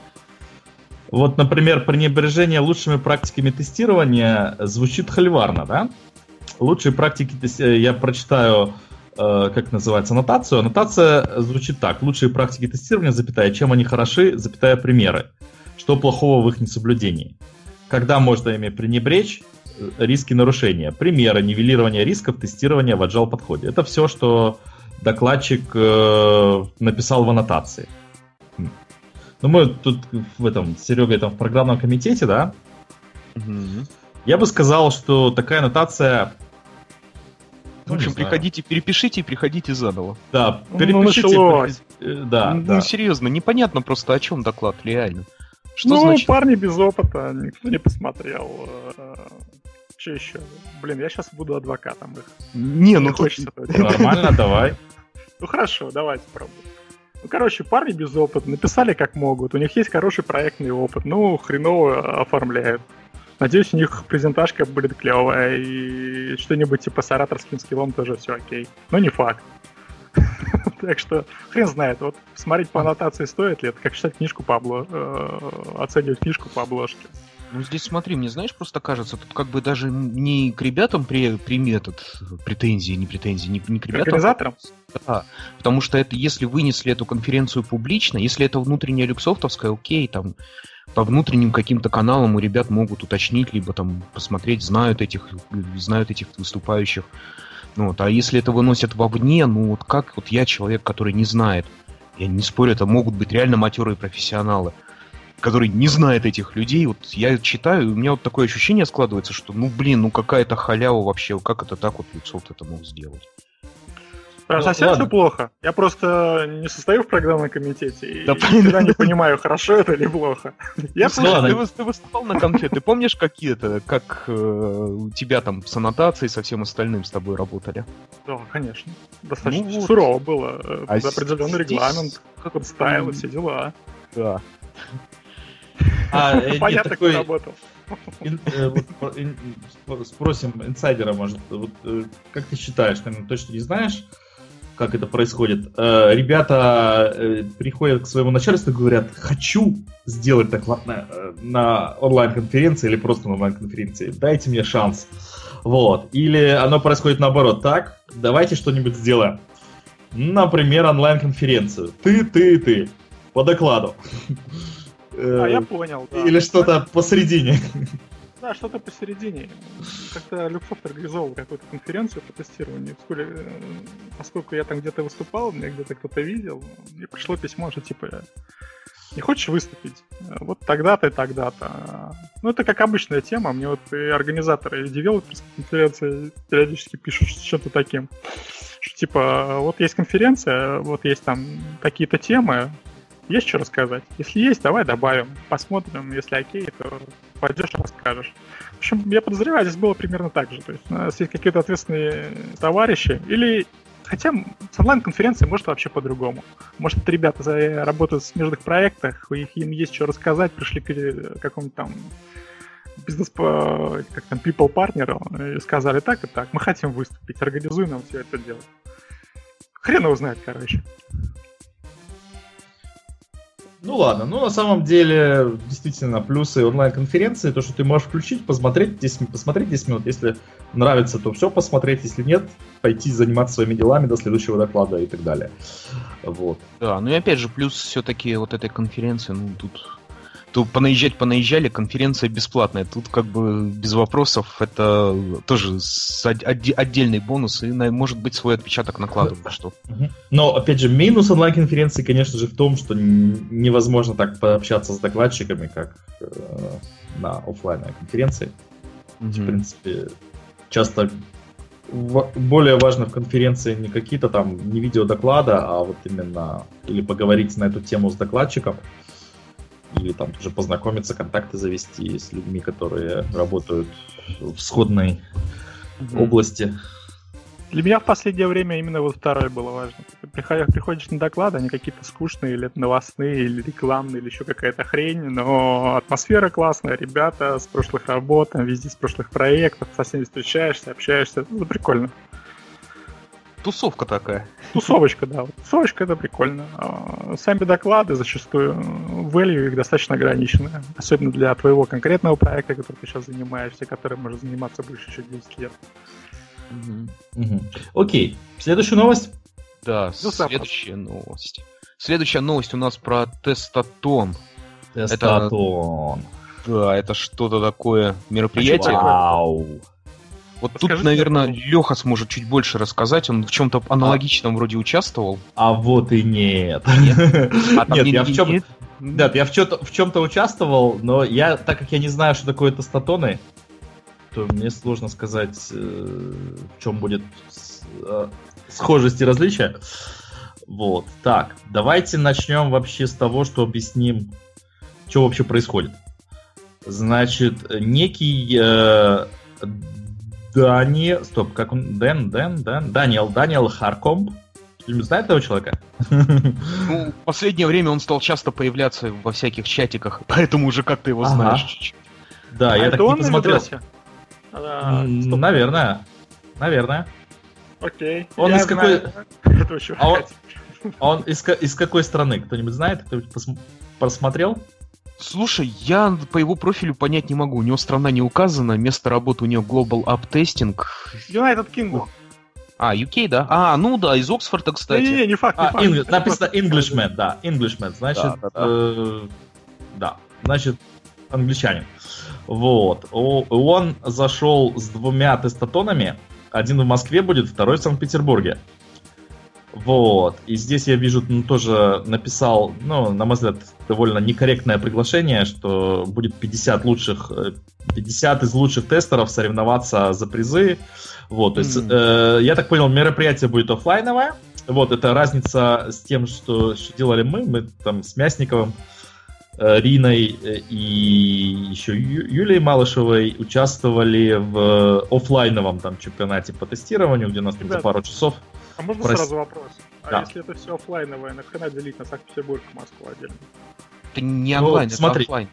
Вот, например, пренебрежение лучшими практиками тестирования звучит холиварно, да? Лучшие практики тестирования, я прочитаю, э, как называется, аннотацию. Аннотация звучит так. Лучшие практики тестирования, запятая, чем они хороши, запятая, примеры. Что плохого в их несоблюдении? Когда можно ими пренебречь? Риски нарушения. Примеры нивелирования рисков тестирования в agile подходе. Это все, что докладчик э, написал в аннотации. Ну, мы тут в этом, с Серегой там в программном комитете, да? Mm-hmm. Я бы сказал, что такая аннотация... В общем, приходите, перепишите и приходите заново. Да, перепишите. Ну, при... да, ну, да. серьезно, непонятно просто, о чем доклад, реально. Что ну, значит? Парни без опыта, никто не посмотрел. Что еще? Блин, я сейчас буду адвокатом их. Не, ну не хочется. Нормально, давай. Ну хорошо, давайте пробуем. Ну, короче, парни без опыта, написали как могут, у них есть хороший проектный опыт, ну, хреново оформляют. Надеюсь, у них презентажка будет клевая, и что-нибудь типа с ораторским скиллом тоже все окей. Но не факт. Так что, хрен знает, вот смотреть по аннотации стоит ли, это как читать книжку по обложке, оценивать книжку по обложке. Ну, здесь смотри, мне, знаешь, просто кажется, тут как бы даже не к ребятам при, при этот претензии, не претензии, не, не к ребятам. К организаторам? Да, потому что это, если вынесли эту конференцию публично, если это внутренняя люксофтовская, окей, там, по внутренним каким-то каналам у ребят могут уточнить, либо там посмотреть, знают этих, знают этих выступающих. Ну, вот, а если это выносят вовне, ну, вот как вот я, человек, который не знает, я не спорю, это могут быть реально матерые профессионалы, который не знает этих людей, вот я читаю, и у меня вот такое ощущение складывается, что, ну, блин, ну какая-то халява вообще, как это так вот Люксофт это мог сделать? Прям ну, совсем ладно. все плохо. Я просто не состою в программном комитете, Да, и всегда не понимаю, хорошо это или плохо. Я Слушай, ты, ты выступал на конфе, ты помнишь, какие-то, как э, у тебя там с аннотацией, со всем остальным с тобой работали? Да, конечно. Достаточно Ну, вот. сурово было. А За определенный здесь... регламент, как стайл и все дела. Да. А, э, Понятно, нет, кто такой, работал. ин- э, вот, ин- спо- спросим инсайдера, может, вот, э, как ты считаешь, ты наверное, точно не знаешь, как это происходит? Э, Ребята э, приходят к своему начальству и говорят: хочу сделать доклад на, э, на онлайн-конференции или просто на онлайн-конференции, дайте мне шанс. Вот. Или оно происходит наоборот: так, давайте что-нибудь сделаем. Например, онлайн-конференцию. Ты, ты, ты. По докладу. А, я понял, да. Или что-то посередине. Да, что-то посередине. Как-то Люксофт организовал какую-то конференцию по тестированию. Вскоре, э, поскольку я там где-то выступал, меня где-то кто-то видел, мне пришло письмо, что типа: не хочешь выступить? Вот тогда-то и тогда-то. Ну, это как обычная тема. Мне вот и организаторы, и девелоперские конференции периодически пишут с чем-то таким. Что типа, вот есть конференция, вот есть там такие-то темы, есть что рассказать? Если есть, давай добавим. Посмотрим, если окей, то пойдешь, расскажешь. В общем, я подозреваю, здесь было примерно так же. То есть у нас есть какие-то ответственные товарищи. Или, хотя с онлайн-конференцией может вообще по-другому. Может, это ребята работают в смежных проектах, у них им есть что рассказать, пришли к какому-то там бизнес, как там, people партнеру и сказали: так и так, мы хотим выступить, организуй нам все это дело. Хрен его знает, короче. Ну ладно, ну на самом деле, действительно, плюсы онлайн-конференции, то, что ты можешь включить, посмотреть десять, посмотреть десять минут, если нравится, то все посмотреть, если нет, пойти заниматься своими делами до следующего доклада и так далее. Вот. Да, ну и опять же, плюс все-таки вот этой конференции, ну тут... То понаезжать понаезжали, конференция бесплатная. Тут как бы без вопросов это тоже отдельный бонус и, может быть, свой отпечаток накладывает. Что. Но, опять же, минус онлайн-конференции, конечно же, в том, что невозможно так пообщаться с докладчиками, как э, на офлайновой конференции. Mm-hmm. В принципе, часто в, более важно в конференции не какие-то там, не видеодоклада, а вот именно или поговорить на эту тему с докладчиком, или там тоже познакомиться, контакты завести с людьми, которые работают в сходной mm-hmm. области. Для меня в последнее время именно вот второе было важно. Ты приходишь на доклады, они какие-то скучные, или новостные, или рекламные, или еще какая-то хрень, но атмосфера классная, ребята с прошлых работ, там, везде с прошлых проектов, со всеми встречаешься, общаешься, ну, прикольно. Тусовка такая. Тусовочка, да. Вот тусовочка — это прикольно. Сами доклады зачастую, value их достаточно ограничены. Особенно для твоего конкретного проекта, который ты сейчас занимаешься, который может заниматься больше еще десять лет. Угу. Угу. Окей. Следующая новость? Да, ну, следующая новость. Следующая новость у нас про Тестатон. Тестатон. Это, да, это что-то такое мероприятие. Вау. Вот Расскажите, тут, наверное, мне... Леха сможет чуть больше рассказать. Он в чем-то аналогичном а... вроде участвовал. А вот и нет. Нет, а нет я в чем... Да, я в чем-то, в чем-то участвовал, но я, так как я не знаю, что такое тестатоны, то мне сложно сказать, в чем будет схожесть и различия. Вот. Так, давайте начнем вообще с того, что объясним, что вообще происходит. Значит, некий э, Дани... Стоп, как он? Дэн, Дэн, Дэн? Даниэл, Даниэл Харкомб. Кто-нибудь знает этого человека? Ну, в последнее время он стал часто появляться во всяких чатиках, поэтому уже как ты его ага. знаешь чуть-чуть. Да, а я так не посмотрел. А, ну, наверное. Наверное. Окей. Он я из какой... А он, он из, из какой страны? Кто-нибудь знает? Кто-нибудь пос... посмотрел? Слушай, я по его профилю понять не могу. У него страна не указана, место работы у него Global App Testing. United Kingdom. А, ю кей, да? А, ну да, из Оксфорда, кстати. Не-не-не, не факт, не а, факт. Ing... Написано Englishman, да, Englishman. Значит, да, да, да. Э... да. значит, англичанин. Вот. Он зашел с двумя тестатонами. Один в Москве будет, второй в Санкт-Петербурге. Вот. И здесь я вижу, ну, тоже написал, ну, на мой взгляд, довольно некорректное приглашение, что будет пятьдесят лучших, пятьдесят из лучших тестеров соревноваться за призы. Вот. То есть, mm. э, я так понял, мероприятие будет офлайновое. Вот. Это разница с тем, что, что делали мы. Мы там с Мясниковым, Риной и еще Ю- Юлией Малышевой участвовали в офлайновом там чемпионате по тестированию, где у нас там за пару часов. А можно Прос... сразу вопрос? А да. если это все офлайновое, нахрена делить на Санкт-Петербург и Москву отдельно? Это не онлайн, ну, это смотри. офлайн.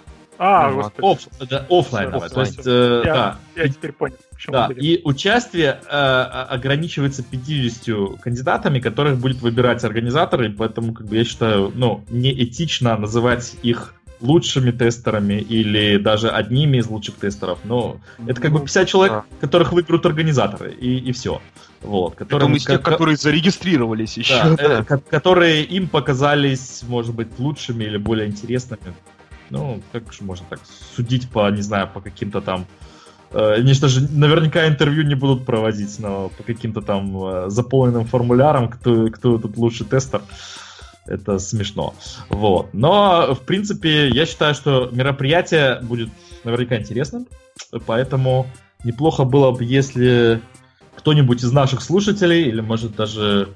А, ну, Оф, да, офлайновое. То есть, э, я, да. я теперь понял. Да, и участие э, ограничивается пятьюдесятью кандидатами, которых будет выбирать организаторы, поэтому, как бы, я считаю, ну, неэтично называть их лучшими тестерами или даже одними из лучших тестеров. Но ну, это как бы пятьдесят человек, да. которых выберут организаторы, и, и все. Вот, которым, из тех, как, которые зарегистрировались еще. Да, да. Э, которые им показались, может быть, лучшими или более интересными. Ну, как же можно так судить по, не знаю, по каким-то там... Э, они же даже наверняка интервью не будут проводить, но по каким-то там э, заполненным формулярам, кто, кто тут лучший тестер. Это смешно. Вот. Но, в принципе, я считаю, что мероприятие будет наверняка интересным. Поэтому неплохо было бы, если кто-нибудь из наших слушателей, или, может, даже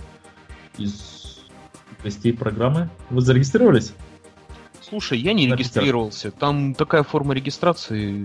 из гостей программы, вы зарегистрировались? Слушай, я не регистрировался. Там такая форма регистрации.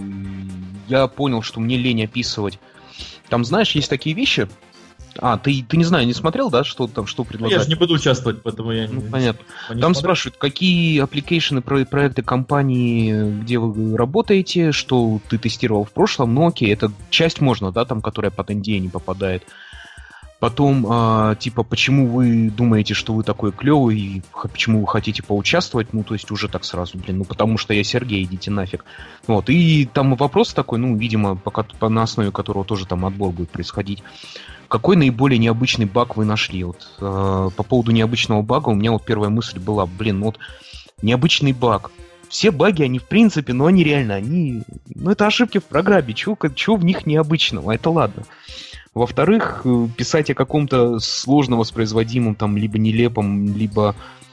Я понял, что мне лень описывать. Там, знаешь, есть такие вещи... А, ты, ты не знаю, не смотрел, да, что там, что предлагают? Я же не буду участвовать, поэтому я ну, не... Понятно. Не там смотрю. Спрашивают, какие аппликейшены, проекты компании, где вы работаете, что ты тестировал в прошлом, ну окей, это часть можно, да, там, которая под эн ди эй не попадает. Потом, а, типа, почему вы думаете, что вы такой клевый, и почему вы хотите поучаствовать, ну, то есть уже так сразу, блин, ну, потому что я Сергей, идите нафиг. Вот, и там вопрос такой, ну, видимо, пока, по, на основе которого тоже там отбор будет происходить. Какой наиболее необычный баг вы нашли? Вот, э, по поводу необычного бага у меня вот первая мысль была, блин, вот необычный баг. Все баги, они в принципе, но они реально, они... Ну, это ошибки в программе, чего, чего в них необычного, это ладно. Во-вторых, писать о каком-то сложно воспроизводимом, там, либо нелепом, либо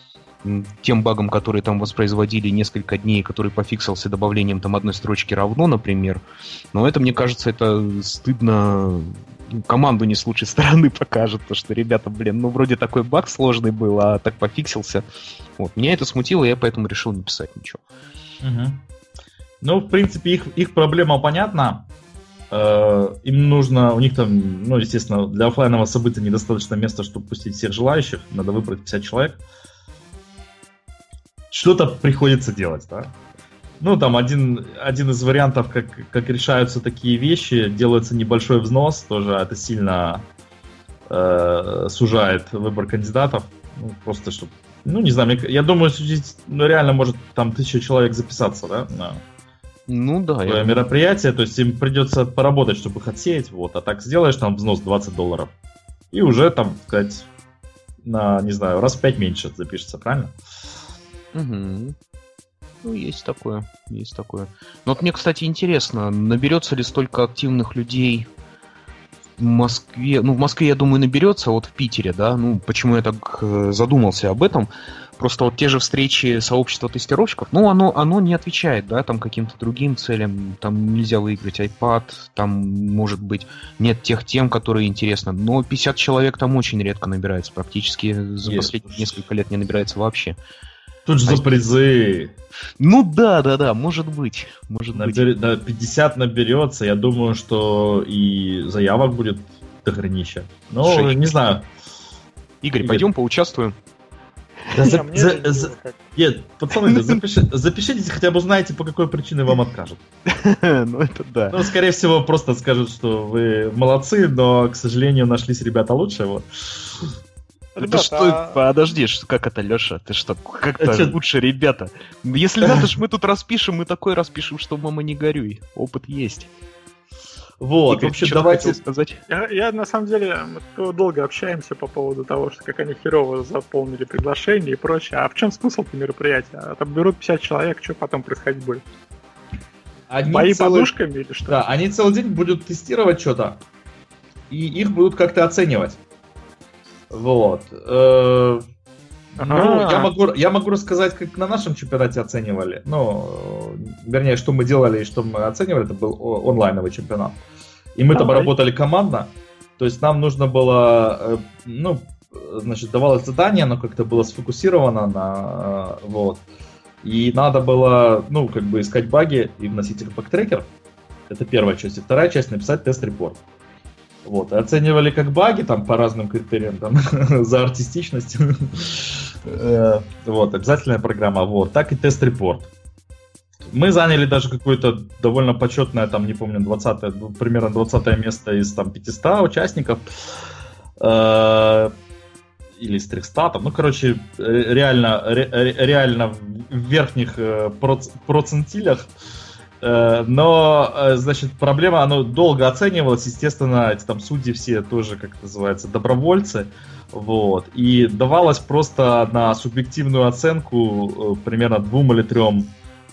тем багам, которые там воспроизводили несколько дней, который пофиксился добавлением там одной строчки равно, например. Но это, мне кажется, это стыдно... команду не с лучшей стороны покажет, то что, ребята, блин, ну вроде такой баг сложный был, а так пофиксился. Вот, меня это смутило, я поэтому решил не писать ничего. Угу. Ну, в принципе, их, их проблема понятна. Э, им нужно, у них там, ну, естественно, для офлайнового события недостаточно места, чтобы пустить всех желающих, надо выбрать пятьдесят человек. Что-то приходится делать, да? Ну, там один, один из вариантов, как, как решаются такие вещи, делается небольшой взнос, тоже это сильно э, сужает выбор кандидатов. Ну, просто чтобы, ну, не знаю, я думаю, здесь, ну, реально может там тысяча человек записаться, да, на ну, да, я мероприятие, то есть им придется поработать, чтобы их отсеять, вот, а так сделаешь там взнос двадцать долларов, и уже там, сказать, на, не знаю, раз в пять меньше запишется, правильно? Угу. Ну, есть такое, есть такое. Но вот мне, кстати, интересно, наберется ли столько активных людей в Москве? Ну, в Москве, я думаю, наберется, а вот в Питере, да? Ну, почему я так э, задумался об этом? Просто вот те же встречи сообщества тестировщиков, ну, оно, оно не отвечает, да, там каким-то другим целям. Там нельзя выиграть iPad, там, может быть, нет тех тем, которые интересны. Но пятьдесят человек там очень редко набирается, практически за есть. Последние несколько лет не набирается вообще. Тут же а за призы. Ну да, да, да, может быть. Может Набер... быть. Да, пятьдесят наберется. Я думаю, что и заявок будет дохренища. Ну, шесть. Не знаю. Игорь, Игорь, пойдем поучаствуем. Да, за, за, за... Нет, пацаны, запиши, запишитесь, хотя бы узнаете, по какой причине вам откажут. Ну, это да. Ну, скорее всего, просто скажут, что вы молодцы, но, к сожалению, нашлись ребята лучше. Вот. Это что? Подожди, как это, Леша? Ты что, как-то лучше ребята? Если надо ж мы тут распишем, мы такой распишем, что мама не горюй. Опыт есть. Вот, Игорь, вообще, давайте сказать. Я, я на самом деле мы долго общаемся по поводу того, что как они херово заполнили приглашение и прочее. А в чем смысл-то мероприятия? А там берут пятьдесят человек, что потом происходить будет? Они Бои целый... подушками или что? Да, они целый день будут тестировать что-то, и их будут как-то оценивать. Вот. Э-э- ну, я могу, я могу рассказать, как на нашем чемпионате оценивали. Ну, вернее, что мы делали и что мы оценивали, это был онлайновый чемпионат. И мы там работали командно. То есть нам нужно было, ну, значит, давалось задание, оно как-то было сфокусировано на, вот. И надо было, ну, как бы искать баги и вносить их в бэктрекер. Это первая часть. И вторая часть — написать тест-репорт. Вот, и оценивали как баги там по разным критериям, там, за артистичность. Вот, обязательная программа, вот, так и тест-репорт. Мы заняли даже какое-то довольно почетное, там, не помню, двадцатое, примерно двадцатое место из там пятисот участников. Или из трехсот, ну, короче, реально, ре, реально в верхних процентилях. Но, значит, проблема, оно долго оценивалось, естественно, эти там судьи все тоже, как это называется, добровольцы, вот, и давалось просто на субъективную оценку примерно двум или трем,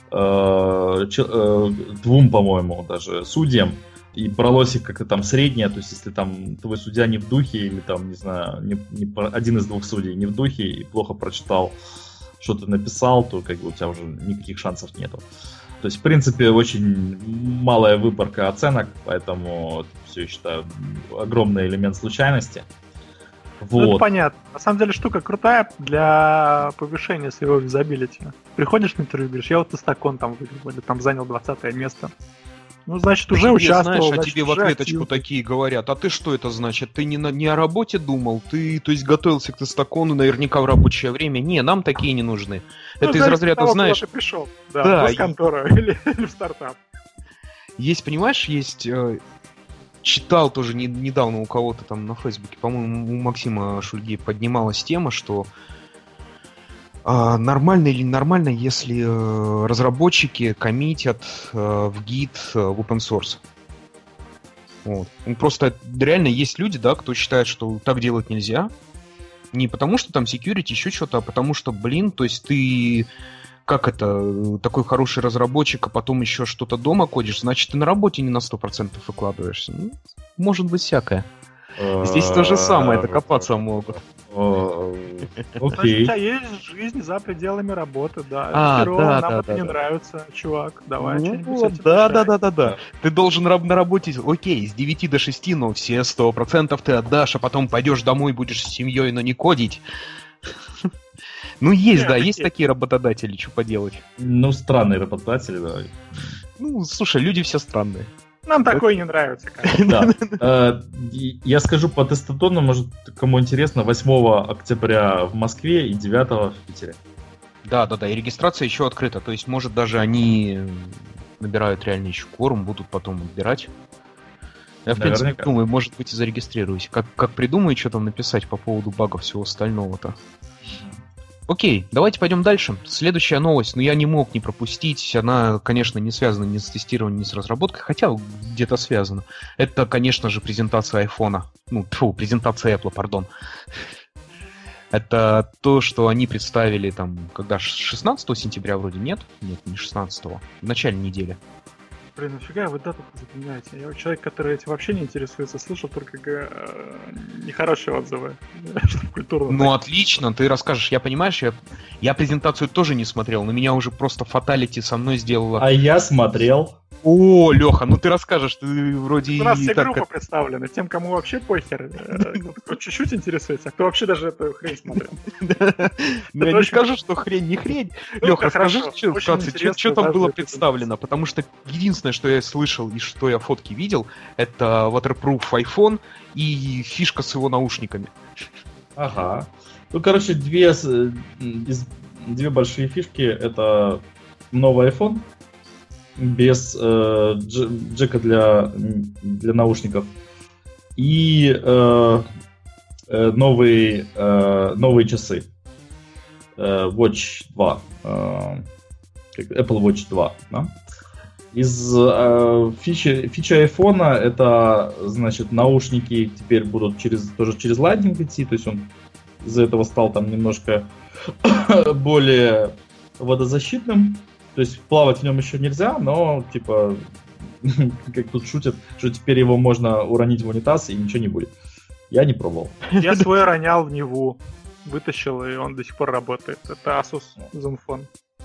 двум, по-моему, даже судьям, и бралось их как-то там среднее, то есть если там твой судья не в духе, или там, не знаю, не, не, один из двух судей не в духе и плохо прочитал, что ты написал, то как бы у тебя уже никаких шансов нету. То есть, в принципе, очень малая выборка оценок, поэтому все, я считаю, огромный элемент случайности. Вот. Ну, это понятно. На самом деле штука крутая для повышения своего визабилити. Приходишь на интервью, говоришь, я вот Тестакон там выиграл, или там занял двадцатое место. Ну, значит, уже тебе, участвовал. Знаешь, значит, а тебе в ответочку такие говорят, а ты что это значит? Ты не, на, не о работе думал? Ты, то есть, готовился к Тестакону наверняка в рабочее время? Не, нам такие не нужны. Ну, это из разряда, того, знаешь... Ты пришел, да, да, в контору и... или, или в стартап. Есть, понимаешь, есть... Э, читал тоже не, недавно у кого-то там на Фейсбуке, по-моему, у Максима Шульги поднималась тема, что э, нормально или нормально, если э, разработчики коммитят э, в гид э, в open source. Вот. Просто реально есть люди, да, кто считает, что так делать нельзя. Не потому, что там security, еще что-то, а потому что, блин, то есть ты... Как это, такой хороший разработчик, а потом еще что-то дома кодишь, значит, ты на работе не на сто процентов выкладываешься. Ну, может быть всякое. Здесь то же самое, это копаться могут. Значит, окей. у тебя есть жизнь за пределами работы, да. А, Херово, да, нам да, это да, не да. нравится, чувак. Давай Ну, что-нибудь с вот, этим да, решай. да, да, да, да. Ты должен раб- на работе, окей, с девяти до шести, но все сто процентов ты отдашь, а потом пойдешь домой, будешь с семьей, но не кодить. Ну, есть, Не, да, окей. есть такие работодатели, что поделать. Ну, странные работодатели, да. Ну, слушай, люди все странные. Нам такое не нравится, конечно. Да. Э, и- Я скажу по тестотону, может, кому интересно, восьмого октября в Москве и девятого в Питере. Да, да, да, и регистрация еще открыта, то есть, может, даже они набирают реально еще кворум, будут потом отбирать. Я, в принципе, Наверняка. думаю, может быть, и зарегистрируюсь. Как, как придумаю, что там написать по поводу багов всего остального-то. Окей, давайте пойдем дальше. Следующая новость, но я не мог не пропустить. Она, конечно, не связана ни с тестированием, ни с разработкой, хотя где-то связана. Это, конечно же, презентация айфона. Ну, тьфу, презентация Apple, пардон. Это то, что они представили там, когда шестнадцатого сентября вроде, нет? Нет, не шестнадцатого. В начале недели. Блин, нафига вы дату запоминаете? Я вот человек, который этим вообще не интересуется, слышал только э, нехорошие отзывы. Чтобы культурно. Ну, отлично, ты расскажешь. Я, понимаешь, я, я презентацию тоже не смотрел, но меня уже просто фаталити со мной сделала. А я смотрел. О, Леха, ну ты расскажешь, ты вроде У нас и все так группы как- представлены. Тем, кому вообще похер, э, кто чуть-чуть интересуется, а кто вообще даже эту хрень смотрел. Ну, я не очень- скажу, что хрень не хрень. Ну, Леха, это расскажи, хорошо. что Очень вкратце, интересно, что там важно было это представлено, потому что единственное, что я слышал и что я фотки видел, это waterproof iPhone и фишка с его наушниками. Ага. Ну, короче, две, с- э, из- две большие фишки. Это новый iPhone без э, дж- джека для, для наушников и э, э, новые, э, новые часы. Э, Watch два. э, как Apple Watch два. Да? Из э, фичи, фичи айфона это, значит, наушники теперь будут через, тоже через Lightning идти, то есть он из-за этого стал там немножко более водозащитным. То есть плавать в нем еще нельзя, но типа, как тут шутят, что теперь его можно уронить в унитаз и ничего не будет. Я не пробовал. Я свой ронял в Неву, вытащил, и он до сих пор работает. Это Asus Zenfone.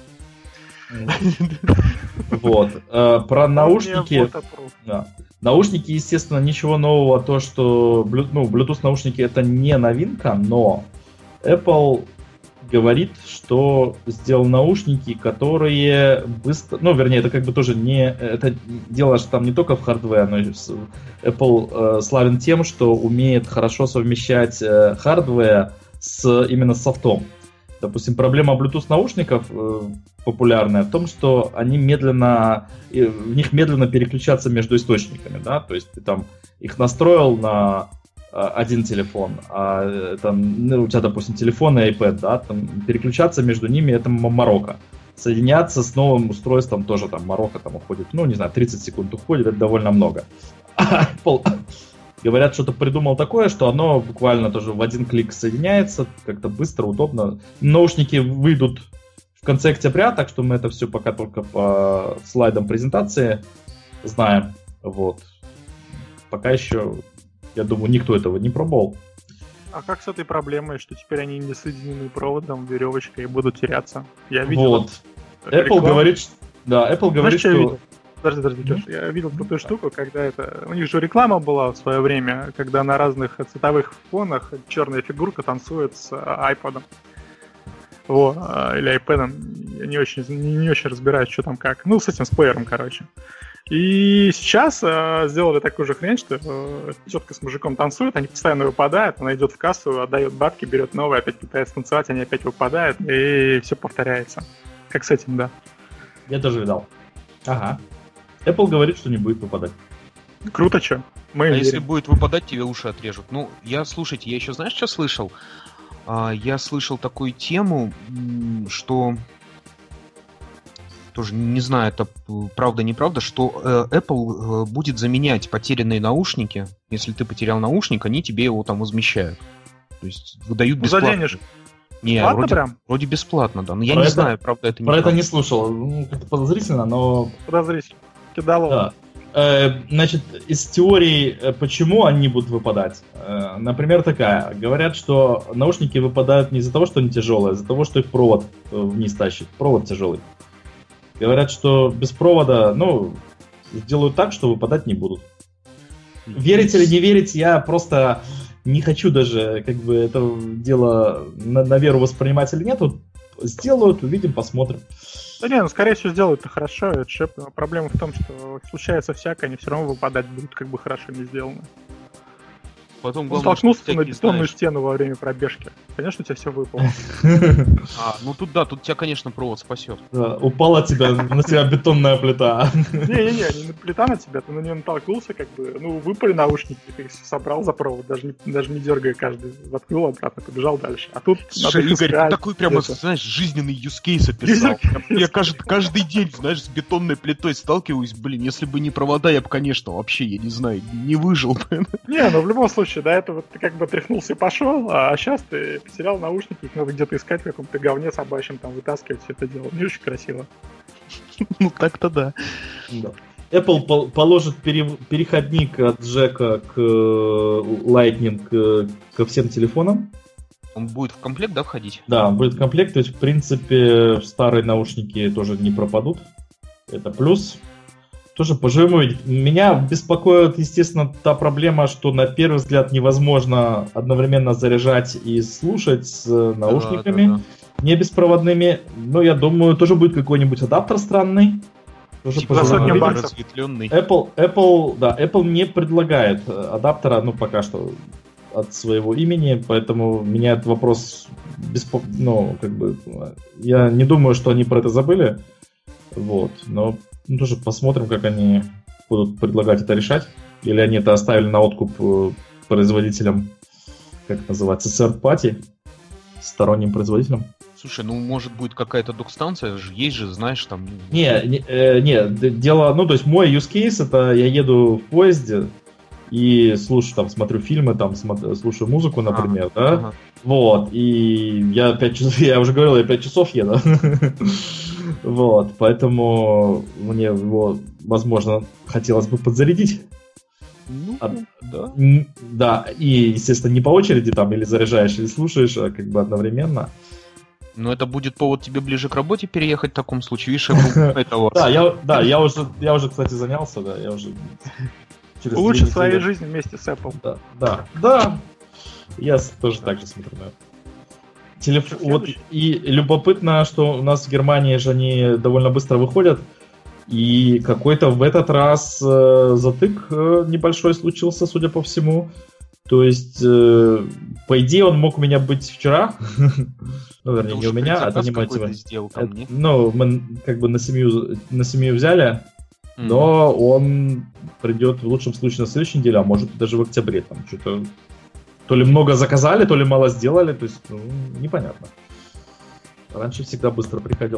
Вот. Э, Про наушники. Он мне waterproof. Да. Наушники, естественно, ничего нового. То, что Blu- ну, Bluetooth наушники это не новинка, но Apple говорит, что сделал наушники, которые быстро... Ну, вернее, это как бы тоже не... Это дело же там не только в хардвее, но и с- Apple э, славен тем, что умеет хорошо совмещать э, хардвее с, именно с софтом. Допустим, проблема Bluetooth наушников э, популярная в том, что они медленно, и в них медленно переключаться между источниками, да, то есть ты там их настроил на э, один телефон, а э, там, ну, у тебя, допустим, телефон и iPad, да, там переключаться между ними это м- морока. Соединяться с новым устройством тоже там морока там уходит, ну, не знаю, тридцать секунд уходит, это довольно много. А Apple, говорят, что-то придумал такое, что оно буквально тоже в один клик соединяется, как-то быстро, удобно. Наушники выйдут в конце октября, так что мы это все пока только по слайдам презентации знаем. Вот. Пока еще, я думаю, никто этого не пробовал. А как с этой проблемой, что теперь они не соединены проводом, веревочкой и будут теряться? Я видел. Вот. Apple рекламу. говорит, что... Да, Apple говорит, Знаешь, что я что... видел? Подожди, подожди, Лёш, я видел крутую штуку, когда это... У них же реклама была в свое время, когда на разных цветовых фонах черная фигурка танцует с айподом. Во, а, или айпэдом. Я не очень, не, не очень разбираюсь, что там как. Ну, с этим, с плеером, короче. И сейчас э, сделали такую же хрень, что э, тетка с мужиком танцует, они постоянно выпадают, она идет в кассу, отдает бабки, берет новые, опять пытается танцевать, они опять выпадают, и все повторяется. Как с этим, да. Я тоже видал. Ага. Apple говорит, что не будет выпадать. Круто, что? Мы А верим. если будет выпадать, тебе уши отрежут. Ну, я, слушайте, я еще знаешь, что слышал? А, я слышал такую тему, м, что... Тоже не знаю, это п- правда-неправда, что э, Apple э, будет заменять потерянные наушники. Если ты потерял наушник, они тебе его там возмещают. То есть выдают Ну, за бесплатно. денежки. Не, Бесплатно вроде, прям? вроде бесплатно, да. Но я Про не это- знаю, правда это не Про это правда. не слушал. Ну, как-то подозрительно, но Подозрительно. Кидалово. да. Значит, из теорий, почему они будут выпадать, например, такая. Говорят, что наушники выпадают не из-за того, что они тяжелые, а из-за того, что их провод вниз тащит. Провод тяжелый. Говорят, что без провода, ну, сделают так, что выпадать не будут. Верить или не верить, я просто не хочу даже, как бы, это дело на, на веру воспринимать или нет. Вот сделают, увидим, посмотрим. Да не, ну скорее всего сделают это хорошо. Это же проблема в том, что случается всякое, они все равно выпадать будут, как бы хорошо не сделаны. Потом, главное, столкнулся на бетонную стену во время пробежки. Конечно, у тебя все выпало. А, ну тут да, тут тебя, конечно, провод спасет. Да, упала тебя, на тебя бетонная плита. Не-не-не, не плита на тебя, ты на нее натолкнулся, как бы, ну, выпали наушники, ты их собрал за провод, даже не, даже не дергая каждый, воткнул обратно, побежал дальше. А тут Слушай, надо Игорь, искать, ты такой прямо, это. знаешь, жизненный use case описал. Я, я каждый, каждый день, знаешь, с бетонной плитой сталкиваюсь, блин, если бы не провода, я бы, конечно, вообще, я не знаю, не выжил. Не, ну в любом случае, до этого ты как бы тряхнулся и пошел, а сейчас ты потерял наушники, их надо где-то искать в каком-то говне собачьем, там вытаскивать все это дело. Не очень красиво. Ну так-то да. Да. Apple пол- положит пере- переходник от джека к Lightning к- ко всем телефонам. Он будет в комплект, да, входить? Да, будет в комплект, то есть, в принципе, старые наушники тоже не пропадут. Это плюс. Тоже поживем увидеть. Меня беспокоит, естественно, та проблема, что на первый взгляд невозможно одновременно заряжать и слушать с наушниками, да, да, да. не беспроводными. Но я думаю, тоже будет какой-нибудь адаптер странный. Тоже типа за сотню баксов. Apple, Apple, да, Apple не предлагает адаптера, ну, пока что, от своего имени, поэтому меня этот вопрос беспо... ну, как бы, я не думаю, что они про это забыли. Вот, но ну, тоже посмотрим, как они будут предлагать это решать. Или они это оставили на откуп производителям, как это называется, third party, сторонним производителям. Слушай, ну может будет какая-то док-станция, есть же, знаешь, там... Не, не, э, не, дело, ну то есть мой use case это я еду в поезде и слушаю, там, смотрю фильмы, там, смотрю, слушаю музыку, например, а, да? Ага. Вот, и я пять часов, я уже говорил, я пять часов еду. Вот, поэтому мне его, возможно, хотелось бы подзарядить. Ну, а, да. Да, и, естественно, не по очереди там или заряжаешь, или слушаешь, а как бы одновременно. Но это будет повод тебе ближе к работе переехать в таком случае, видишь, это Да, я, да, я уже, я уже, кстати, занялся, да, я уже... Улучшить свою жизнь вместе с Apple. Да, да, да. Я тоже так же смотрю на это. Телеф... Вот, и любопытно, что у нас в Германии же они довольно быстро выходят, и какой-то в этот раз э, затык э, небольшой случился, судя по всему. То есть, э, по идее, он мог у меня быть вчера. Ну, вернее, не у меня, а не мотива. Ну, мы как бы на семью, на семью взяли, но он придет в лучшем случае на следующей неделе, а может даже в октябре. Там что-то... То ли много заказали, то ли мало сделали, то есть, ну, непонятно. Раньше всегда быстро приходил.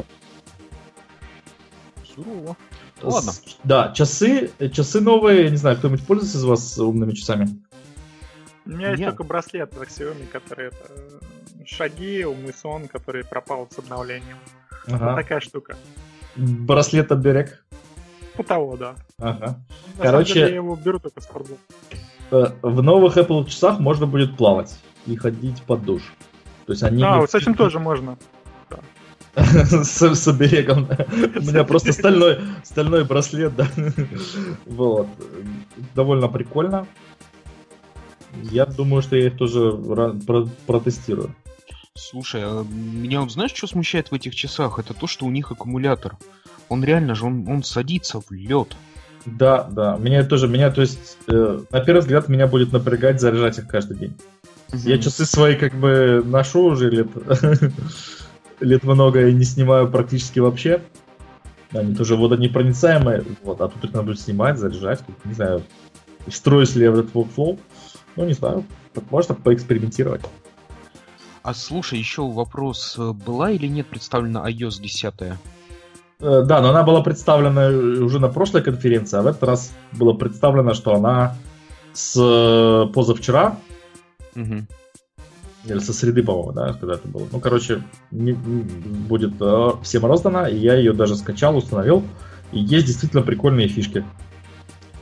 Сурово. Ладно. С, да, часы, часы новые, я не знаю, кто-нибудь пользуется из вас умными часами? У меня есть Нет. только браслет в Xiaomi, который это шаги, умный сон, который пропал с обновлением. Ага. Вот такая штука. Браслет от Берег? По того, да. Ага. На Короче, самом деле, я его беру только в спортзал. В новых Apple часах можно будет плавать и ходить под душ. То есть они... А, вот с этим тоже можно. С, с оберегом. У меня просто стальной, стальной браслет, да. Вот. Довольно прикольно. Я думаю, что я их тоже про- протестирую. Слушай, а меня вот знаешь, что смущает в этих часах? Это то, что у них аккумулятор. Он реально же, он, он садится в лед. Да, да. Меня тоже, меня, то есть, э, на первый взгляд, меня будет напрягать заряжать их каждый день. Mm-hmm. Я часы свои как бы ношу уже лет, лет много и не снимаю практически вообще. Они тоже водонепроницаемые, вот, а тут их надо будет снимать, заряжать, не знаю, встроюсь ли я в этот workflow, ну, не знаю, можно поэкспериментировать. А слушай, еще вопрос, была или нет представлена ай о эс десять? Да, но она была представлена уже на прошлой конференции, а в этот раз было представлено, что она с позавчера, угу. или со среды, по-моему, да, когда это было. Ну, короче, не, не, будет э, всем роздана, и я ее даже скачал, установил, и есть действительно прикольные фишки.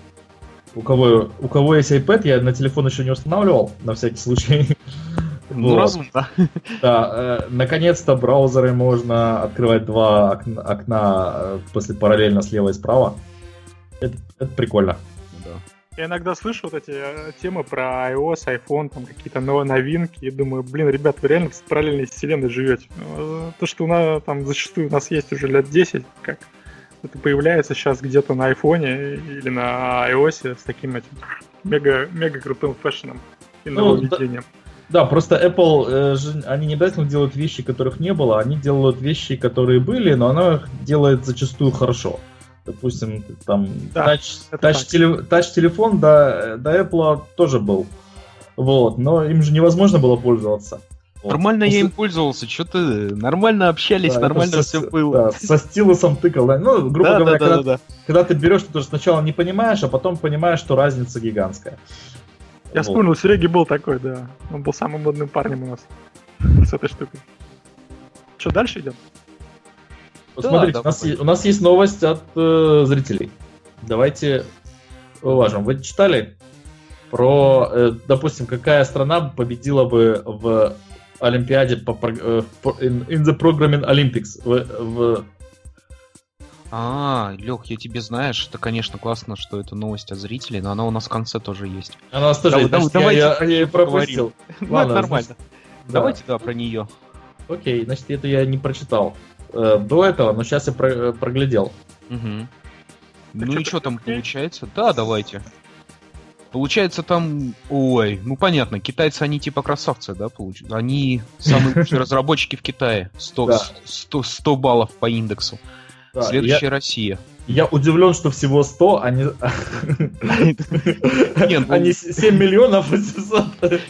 у кого, у кого есть iPad, я на телефон еще не устанавливал, на всякий случай. Ну, Вот. разумно. Да, э, наконец-то браузеры можно открывать два окна, окна э, после параллельно слева и справа. Это, это прикольно. Да. Я иногда слышу вот эти э, темы про iOS, iPhone, там какие-то новые новинки, и думаю, блин, ребят, вы реально в параллельной вселенной живете. Э, То, что у нас там зачастую у нас есть уже лет десять, как это появляется сейчас где-то на айфоне или на iOS с таким этим мега, мега крутым фэшном и Ну, нововведением. Да, просто Apple, э, же, они не обязательно делают вещи, которых не было, они делают вещи, которые были, но она их делает зачастую хорошо. Допустим, там Да, тач, это тач, так. теле- тач-телефон до, до Apple тоже был. Вот, но им же невозможно было пользоваться. Вот. Нормально я После- им пользовался, что-то нормально общались, Да, нормально это все со- было. да, со стилусом тыкал. Да. Ну, грубо Да, говоря, да, когда, да, да, да. когда ты берешь, ты тоже сначала не понимаешь, а потом понимаешь, что разница гигантская. Я Вот. вспомнил, у Сереги был такой, да. Он был самым модным парнем у нас с этой штукой. Что, дальше идем? Вот Да, смотрите, да, у, нас, пойдем. е- у нас есть новость от э, зрителей. Давайте уважим. Вы читали про, э, допустим, какая страна победила бы в Олимпиаде по, прог- э, по- in, in the Programming Olympics? В, в- А, Лех, я тебе знаешь, это, конечно, классно, что это новость от зрителей, но она у нас в конце тоже есть. Она у нас тоже Да, есть, да, значит, давайте я, про я, я неё ее пропустил. Ну, Ладно, это нормально. значит, да. Давайте, да, про нее. Окей, значит, это я не прочитал э, до этого, но сейчас я про- э, проглядел. Угу. Ну чё, и что там окей? получается? Да, давайте. Получается там, ой, ну понятно, китайцы, они типа красавцы, да, получают. Они самые лучшие разработчики в Китае. сто, Да. сто, сто баллов по индексу. Да, Следующая я, Россия. я удивлен, что всего сто, а не, Не, ну- а не семь миллионов восемьсот.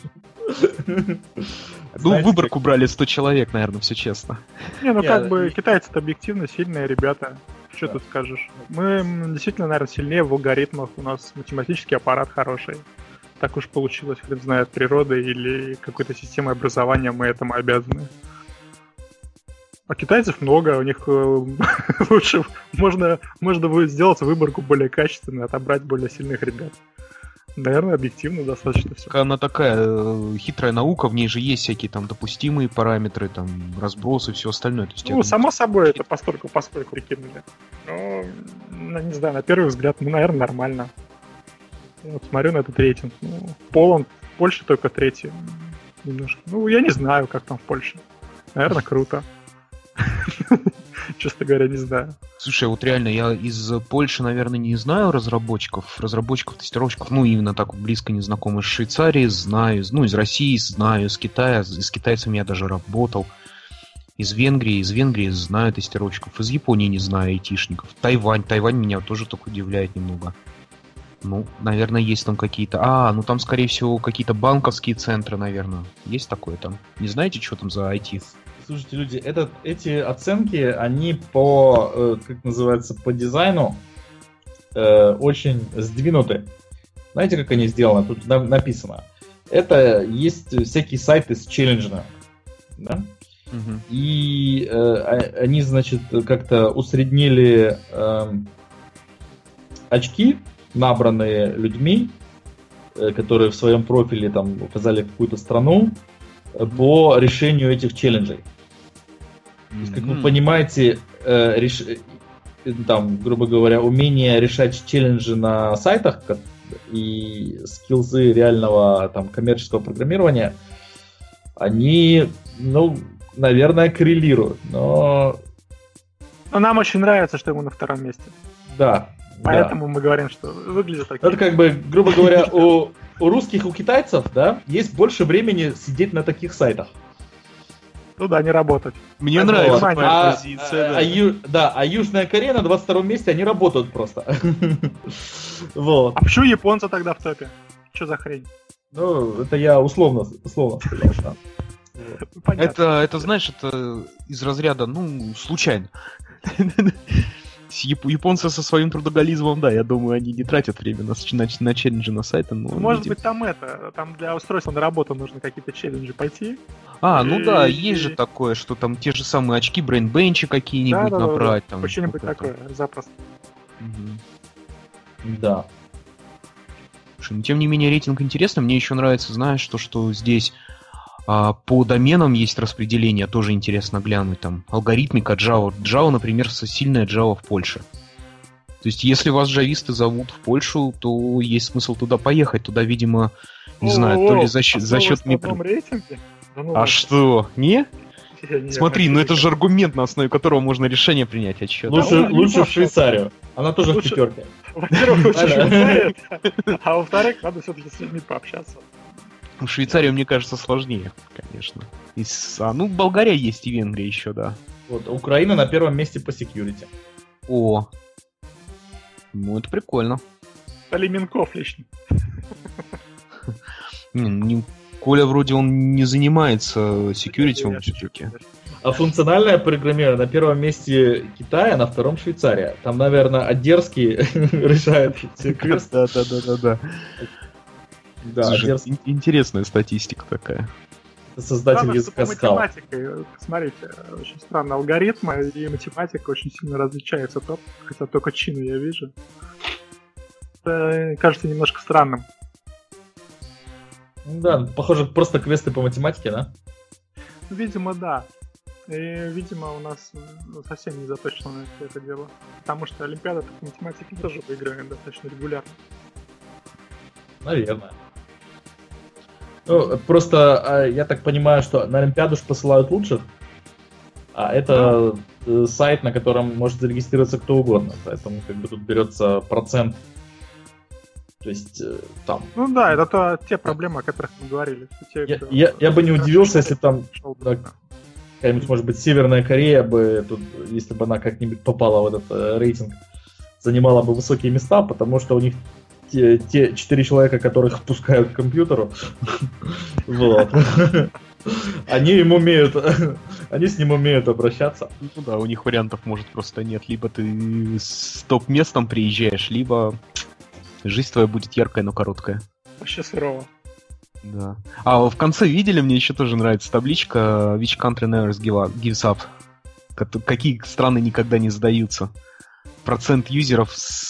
Ну, Знаете, выборку брали сто человек, наверное, все честно. Не, ну Не, как бы и- китайцы-то объективно сильные ребята. Что Да. тут скажешь? Мы м, действительно, наверное, сильнее в алгоритмах. У нас математический аппарат хороший. Так уж получилось, хрен знает, природой или какой-то системой образования мы этому обязаны. А китайцев много, у них э, лучше можно, можно будет сделать выборку более качественную, отобрать более сильных ребят. Наверное, объективно достаточно все. Она такая э, хитрая наука, в ней же есть всякие там допустимые параметры, там разбросы и все остальное. То есть, я Ну, думаю, само собой, это постольку поскольку прикинули. Но, ну, не знаю, на первый взгляд, ну, наверное, нормально. Я вот смотрю на этот рейтинг. Ну, Полон, Польша только третий. Немножко. Ну, я не знаю, как там в Польше. Наверное, круто. Честно говоря, не знаю. Слушай, вот реально, я из Польши, наверное, не знаю разработчиков, разработчиков, тестировщиков, ну, именно так вот близко не знакомы. Из Швейцарии знаю, ну, из России знаю, из Китая, с китайцами я даже работал. Из Венгрии, из Венгрии знаю тестировщиков, из Японии не знаю айтишников. Тайвань, Тайвань меня тоже так удивляет немного. Ну, наверное, есть там какие-то... А, ну там, скорее всего, какие-то банковские центры, наверное. Есть такое там? Не знаете, что там за ай ти? Слушайте, люди, этот, эти оценки, они по, э, как называется, по дизайну э, очень сдвинуты. Знаете, как они сделаны? Тут на- написано. Это есть всякие сайты с челленджами. Да? Угу. И э, а- они, значит, как-то усреднили э, очки, набранные людьми, э, которые в своем профиле там указали какую-то страну, э, по решению этих челленджей. То есть, как вы понимаете, э, реш... э, там, грубо говоря, умение решать челленджи на сайтах ко- и скиллзы реального там коммерческого программирования, они, ну, наверное, коррелируют, но Но нам очень нравится, что ему на втором месте. да. Поэтому мы говорим, что выглядит так. Да. Это как бы, грубо говоря, у, у русских, у китайцев, да, есть больше времени сидеть на таких сайтах. Ну да, не работать. Мне А, нравится вот. твоя А, позиция, а- да. а Ю- да, а Южная Корея на двадцать втором месте, они работают просто. Вот. А почему японцы тогда в топе? Что за хрень? Ну, это я условно, условно сказал, да. Ну, понятно. Это, это, знаешь, это из разряда, ну, случайно. Яп- Японцы со своим трудоголизмом, да, я думаю, они не тратят время на, на, на челленджи на сайты. Но Ну, Может они- быть, там это, там для устройства на работу нужно какие-то челленджи пойти. А, ну да, и- есть же такое, что там те же самые очки, брейнбенчи какие-нибудь Да-да-да-да. набрать. Там, Что-нибудь вот это. такое, запросто. Мгм. Да. Слушай, ну тем не менее рейтинг интересный. Мне еще нравится, знаешь, то, что здесь а, по доменам есть распределение, тоже интересно глянуть. Там алгоритмика Java. Java, например, сильная Java в Польше. То есть, если вас джависты зовут в Польшу, то есть смысл туда поехать. Туда, видимо, не О, знаю, то ли за, счет, за счет... Микро... рейтинге? Да ну, а это... что, не? Не, Смотри, ну это же аргумент, на основе которого можно решение принять. А что? Лучше, да, лучше в Швейцарию. Она тоже лучше... в пятерке. Во-первых, лучше в Швейцарию, а во-вторых, надо все-таки с людьми пообщаться. В Швейцарию, мне кажется, сложнее, конечно. Из... А, ну, Болгария есть и Венгрия еще, да. Вот, Украина на первом месте по security. О, ну это прикольно. Алименков лишний. Не, Коля вроде он не занимается security, он все-таки. А функциональное программирование на первом месте Китая, на втором Швейцария. Там, наверное, Одерский решает все квесты. Да, да, да, да. Да, Слушай, Одерский... интересная статистика такая. Создатель языка Scala. Смотрите, очень странно, алгоритмы и математика очень сильно различаются, хотя только чину я вижу. Это кажется немножко странным. Да, похоже, просто квесты по математике, да? Видимо, да. И, видимо, у нас совсем не заточено на это дело. Потому что Олимпиада по математике тоже выигрываем достаточно регулярно. Наверное. Ну, просто я так понимаю, что на Олимпиаду же посылают лучших, а это да. сайт, на котором может зарегистрироваться кто угодно, поэтому как бы тут берется процент. То есть там... Ну да, это то, те проблемы, о которых мы говорили. Те, я, кто... я, я бы не удивился, если там да, какая-нибудь, может быть, Северная Корея бы, тут, если бы она как-нибудь попала в этот э, рейтинг, занимала бы высокие места, потому что у них те, те четыре человека, которых пускают к компьютеру, вот, они им умеют, они с ним умеют обращаться. Ну да, у них вариантов, может, просто нет. Либо ты с топ-местом приезжаешь, либо... Жизнь твоя будет яркая, но короткая. Вообще сырого. Да. А в конце видели, мне еще тоже нравится табличка Which country never gives up. Какие страны никогда не сдаются. Процент юзеров с,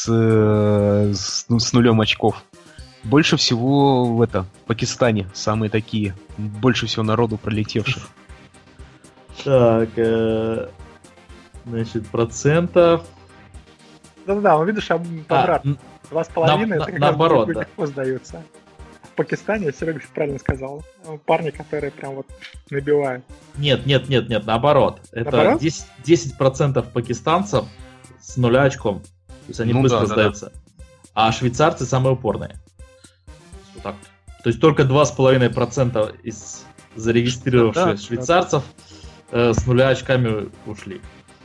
с, ну, с нулем очков. Больше всего в это, в Пакистане самые такие. Больше всего народу пролетевших. Так, э, значит, процентов... Да-да-да, ну видишь, обратно. Два с половиной, это как наоборот, раз легко сдаются. В Пакистане, Серега правильно сказал, парни, которые прям вот набивают. Нет, нет, нет, нет, наоборот. Это десять процентов пакистанцев с нуля очком. То есть они ну, быстро да, сдаются. Да, да. А швейцарцы самые упорные. Вот так. То есть только два с половиной процента из зарегистрировавших да, швейцарцев да. Э, с нуля очками ушли.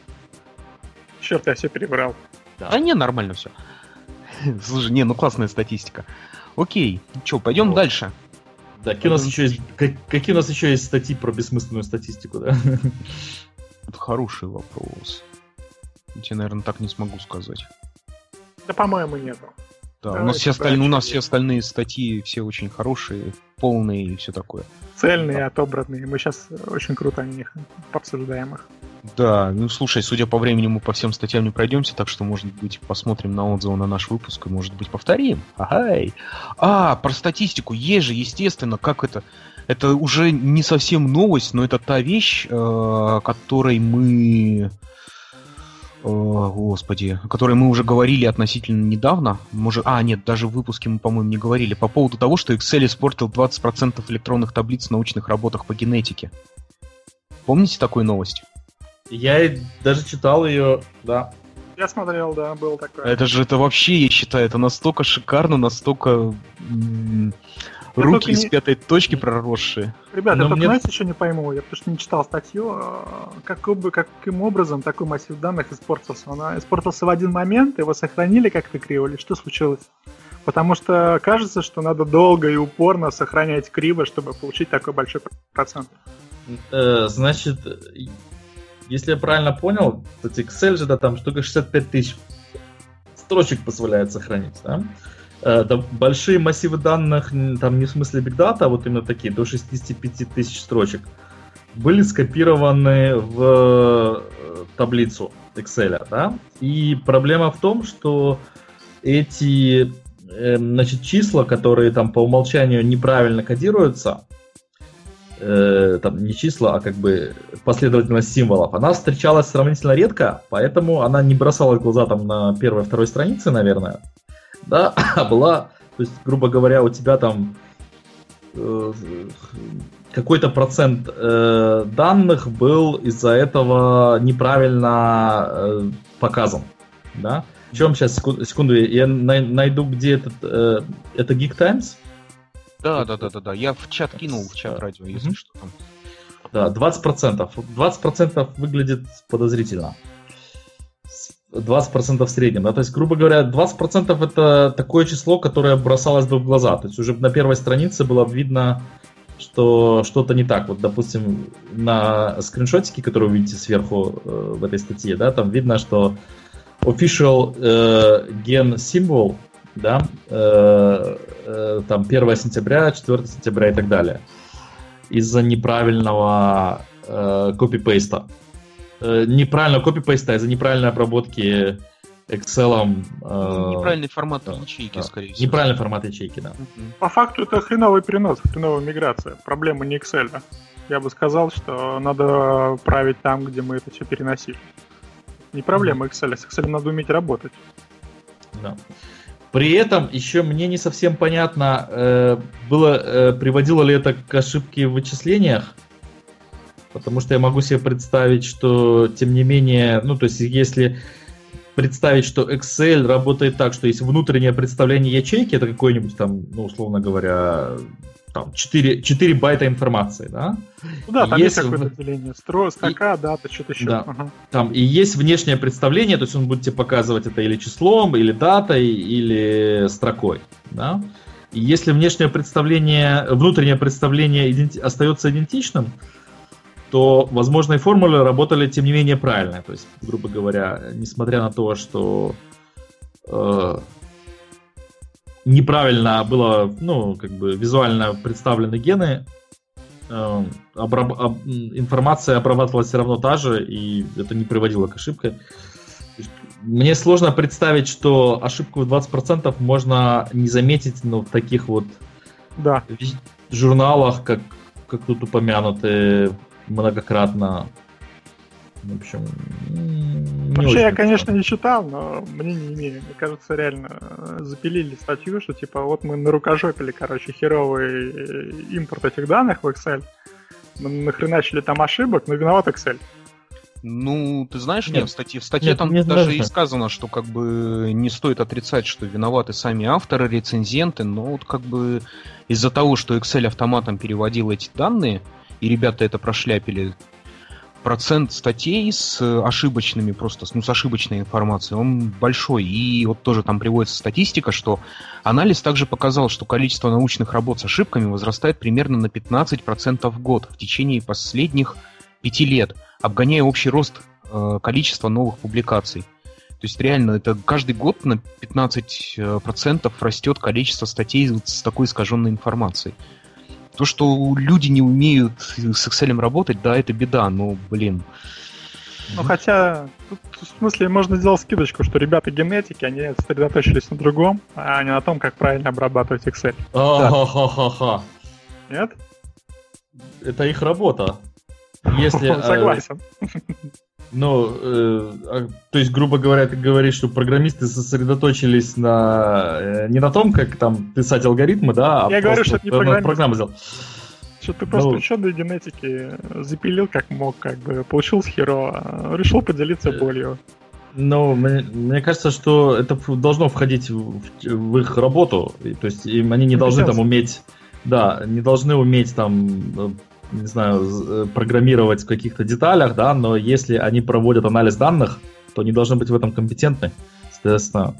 Черт, я все перебрал. Да. А не, нормально все. Слушай, не, ну классная статистика. Окей, что, пойдем вот. Дальше. Да, какие у нас еще есть, как, какие у нас еще есть статьи про бессмысленную статистику, да? Это хороший вопрос. Я тебе, наверное, так не смогу сказать. Да, по-моему, нету. Да, у нас, все остальные, у нас все остальные статьи все очень хорошие, полные и все такое. Цельные, да. Отобранные. Мы сейчас очень круто о них пообсуждаем их. Да, ну слушай, судя по времени, мы по всем статьям не пройдемся, так что, может быть, посмотрим на отзывы на наш выпуск и, может быть, повторим. Ага. А, про статистику. Есть же, естественно, как это... Это уже не совсем новость, но это та вещь, о которой мы... О, господи, о которой мы уже говорили относительно недавно. Может... А, нет, даже в выпуске мы, по-моему, не говорили. По поводу того, что Excel испортил двадцать процентов электронных таблиц в научных работах по генетике. Помните такую новость? Я даже читал ее, да. Я смотрел, да, был такой. Это же, это вообще, я считаю, это настолько шикарно, настолько м- руки из не... пятой точки проросшие. Ребята, я только, мне... знаете, еще не пойму, я потому что не читал статью, как бы, каким образом такой массив данных испортился. Он испортился в один момент, его сохранили как-то криво, или что случилось? Потому что кажется, что надо долго и упорно сохранять криво, чтобы получить такой большой процент. Э, значит... Если я правильно понял, кстати, Excel же, да, там штука шестьдесят пять тысяч строчек позволяет сохранить, да? Э, да, большие массивы данных, там не в смысле Big Data, а вот именно такие, до шестьдесят пять тысяч строчек, были скопированы в таблицу Excel, да? И проблема в том, что эти э, значит, числа, которые там по умолчанию неправильно кодируются, э, там не числа, а как бы последовательность символов, она встречалась сравнительно редко, поэтому она не бросалась в глаза там на первой-второй странице, наверное, да, а была, то есть, грубо говоря, у тебя там э, какой-то процент э, данных был из-за этого неправильно э, показан, да. В чем сейчас, секунду, секунду я найду, где этот, э, это Geek Times? Да, да, да, да, да, я в чат кинул, в чат радио, если mm-hmm. что там. Да, двадцать процентов. двадцать процентов выглядит подозрительно. двадцать процентов в среднем, да, то есть, грубо говоря, двадцать процентов это такое число, которое бросалось бы в глаза, то есть уже на первой странице было видно, что что-то не так. Вот, допустим, на скриншотике, который вы видите сверху э, в этой статье, да, там видно, что official э, gen symbol, да, э, э, там первое сентября, четвёртое сентября и так далее, из-за неправильного э, копипейста. Э, неправильного копипейста, из-за неправильной обработки Excel. Э, Неправильный формат да, ячейки, да. скорее всего. Неправильный формат ячейки, да. По факту это хреновый перенос, хреновая миграция. Проблема не Excel. Я бы сказал, что надо править там, где мы это все переносили. Не проблема Excel, с Excel надо уметь работать. Да. При этом еще мне не совсем понятно, э, было, э, приводило ли это к ошибке в вычислениях, потому что я могу себе представить, что тем не менее, ну то есть если представить, что Excel работает так, что есть внутреннее представление ячейки, это какое-нибудь там, ну условно говоря, там четыре, четыре байта информации, да? Ну да, там есть, есть какое-то деление. Стро, строка, и... дата, что-то еще. Да. Ага. Там и есть внешнее представление, то есть он будет тебе показывать это или числом, или датой, или строкой, да? И если внешнее представление, внутреннее представление иденти... остается идентичным, то возможные формулы работали тем не менее правильно. То есть, грубо говоря, несмотря на то, что э, неправильно было, ну, как бы визуально представлены гены, э, обраб... об... информация обрабатывалась все равно та же, и это не приводило к ошибке. Мне сложно представить, что ошибку в двадцать процентов можно не заметить, ну, в таких вот да. журналах, как, как тут упомянуты многократно. В общем, вообще я, конечно, не читал, но мне не имею. Мне кажется, реально запилили статью, что типа вот мы нарукожопили, короче, херовый импорт этих данных в Excel, нахреначили там ошибок, но виноват Excel. Ну, ты знаешь, нет, нет в статье, в статье нет, там нет, даже нет. и сказано, что как бы не стоит отрицать, что виноваты сами авторы, рецензенты, но вот как бы из-за того, что Excel автоматом переводил эти данные, и ребята это прошляпили, процент статей с ошибочными, просто ну, с ошибочной информацией, он большой. И вот тоже там приводится статистика, что анализ также показал, что количество научных работ с ошибками возрастает примерно на пятнадцать процентов в год в течение последних пяти лет, обгоняя общий рост э, количества новых публикаций. То есть реально это каждый год на пятнадцать процентов растет количество статей с такой искаженной информацией. То, что люди не умеют с Excel работать, да, это беда, но, блин. Ну, хотя, тут, в смысле, можно сделать скидочку, что ребята генетики, они сосредоточились на другом, а не на том, как правильно обрабатывать Excel. Ха-ха-ха-ха. Нет? Это их работа. Если, согласен. Ну, э, то есть, грубо говоря, ты говоришь, что программисты сосредоточились на э, не на том, как там писать алгоритмы, да, а я говорю, что это не программу, программу сделал. Что ты просто ну, ученые генетики запилил как мог, как бы получил херово, решил поделиться болью. Ну, мне, мне кажется, что это должно входить в, в их работу, то есть им они не должны там уметь, да, не должны уметь там, не знаю, программировать в каких-то деталях, да, но если они проводят анализ данных, то они должны быть в этом компетентны, соответственно.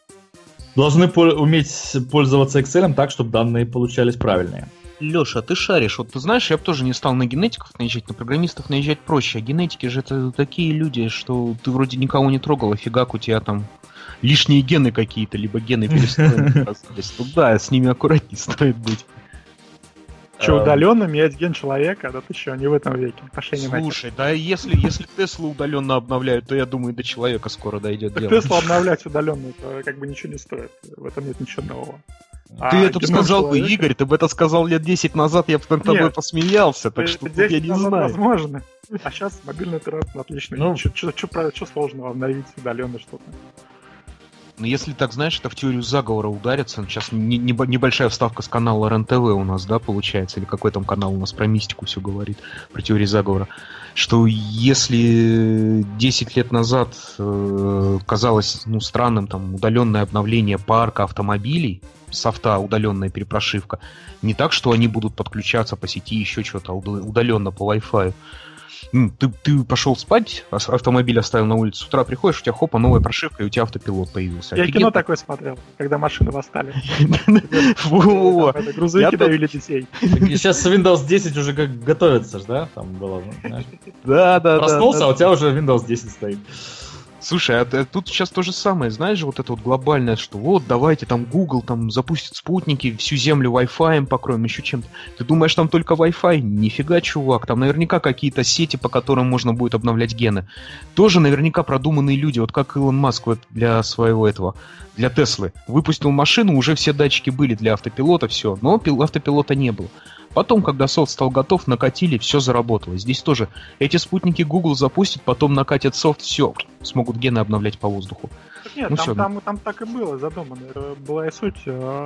Должны по- уметь пользоваться Excel так, чтобы данные получались правильные. Леша, ты шаришь. Вот ты знаешь, я бы тоже не стал на генетиков наезжать, на программистов наезжать проще. А генетики же это такие люди, что ты вроде никого не трогал, а фигак у тебя там лишние гены какие-то, либо гены перестроены. Да, с ними аккуратнее стоит быть. Че, удаленно менять ген человека? Да ты что, не в этом веке. Пошли не Слушай, да если, если Теслу удаленно обновляют, то я думаю, до человека скоро дойдет так дело. Теслу обновлять удаленно, это как бы ничего не стоит. В этом нет ничего нового. Ты А это бы сказал человека... бы, Игорь, ты бы это сказал лет десять назад, я бы над тобой Нет, посмеялся, так что тут я не знаю. Возможно. А сейчас мобильный интернет отличный. Ну, что сложного обновить удаленно что-то? Ну, если так, знаешь, это в теорию заговора ударится. Сейчас не, не, небольшая вставка с канала РЕН-ТВ у нас, да, получается, или какой там канал у нас про мистику все говорит, про теорию заговора, что если десять лет назад э, казалось, ну, странным там удаленное обновление парка автомобилей, софта, удаленная перепрошивка, не так, что они будут подключаться по сети еще что-то удаленно по Wi-Fi. Ты, ты пошел спать, автомобиль оставил на улице, с утра приходишь, у тебя хопа, новая прошивка, и у тебя автопилот появился. Я кино такое смотрел, когда машины восстали. Грузовики давили детей. Сейчас с Windows десять уже как готовится, да? Там было, да, да, да. Проснулся, а у тебя уже Windows десять стоит. Слушай, а тут сейчас то же самое, знаешь же, вот это вот глобальное, что вот, давайте там Google там запустит спутники, всю землю Wi-Fi покроем, еще чем-то. Ты думаешь, там только Wi-Fi? Нифига, чувак, там наверняка какие-то сети, по которым можно будет обновлять гены. Тоже наверняка продуманные люди, вот как Илон Маск вот для своего этого, для Теслы. Выпустил машину, уже все датчики были для автопилота, все, но автопилота не было. Потом, когда софт стал готов, накатили, все заработало. Здесь тоже эти спутники Google запустят, потом накатят софт, все, смогут гены обновлять по воздуху. Нет, ну, там, все. Там, там так и было задумано. Это была и суть,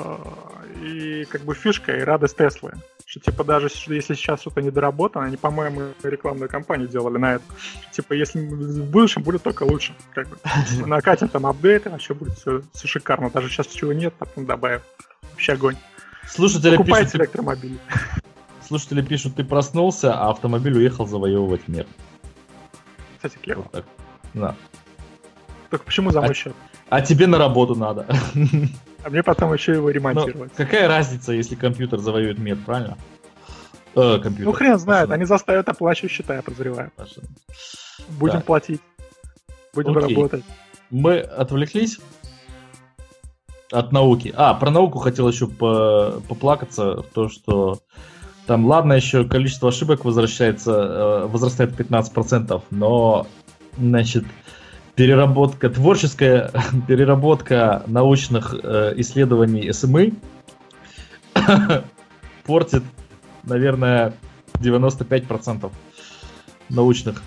и как бы фишка, и радость Теслы. Что типа даже если сейчас что-то недоработано, они, по-моему, рекламную кампанию делали на это. Типа если в будущем будет только лучше. Как бы. Накатим там апдейты, вообще будет все, все шикарно. Даже сейчас чего нет, потом добавим. Вообще огонь. Слушатели Покупайте пишут, электромобили. Слушатели пишут, ты проснулся, а автомобиль уехал завоевывать мир. Кстати, клево. Вот так. Да. Только почему за мой а, счет? А тебе на работу надо. А мне потом еще его ремонтировать. Но какая разница, если компьютер завоюет мир, правильно? Э, компьютер. Ну хрен знает, они заставят оплачивать счета, я подозреваю. Машина. Будем да. платить. Будем Окей. работать. Мы отвлеклись от науки. А, про науку хотел еще по- поплакаться. В то, что там, ладно, еще количество ошибок возвращается, возрастает пятнадцать процентов, но, значит, переработка, творческая переработка научных э, исследований эс эм и портит, наверное, девяносто пять процентов научных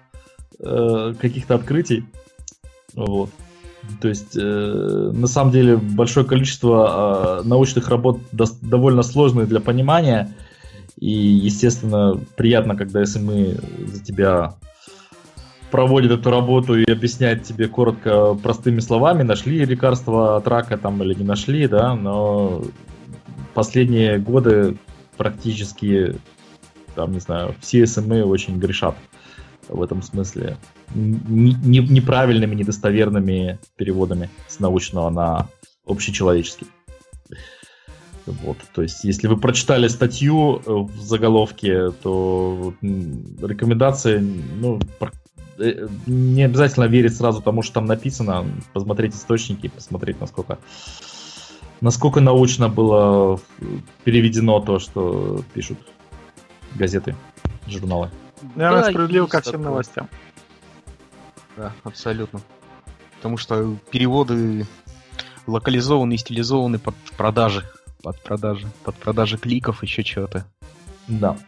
э, каких-то открытий. Вот. То есть, э, на самом деле, большое количество э, научных работ до- довольно сложные для понимания. И, естественно, приятно, когда эс эм и за тебя проводит эту работу и объясняет тебе коротко, простыми словами, нашли лекарство от рака там или не нашли, да, но последние годы практически, там, не знаю, все эс эм и очень грешат в этом смысле не, не, неправильными, недостоверными переводами с научного на общечеловеческий. Вот, то есть, если вы прочитали статью в заголовке, то рекомендации, ну, не обязательно верить сразу тому, что там написано, посмотреть источники, посмотреть, насколько, насколько научно было переведено то, что пишут газеты, журналы. Наверное, да, справедливо ко всем такое. Новостям. Да, абсолютно. Потому что переводы локализованы и стилизованы под продажи. Под продажи. Под продажи кликов, еще чего-то. Да.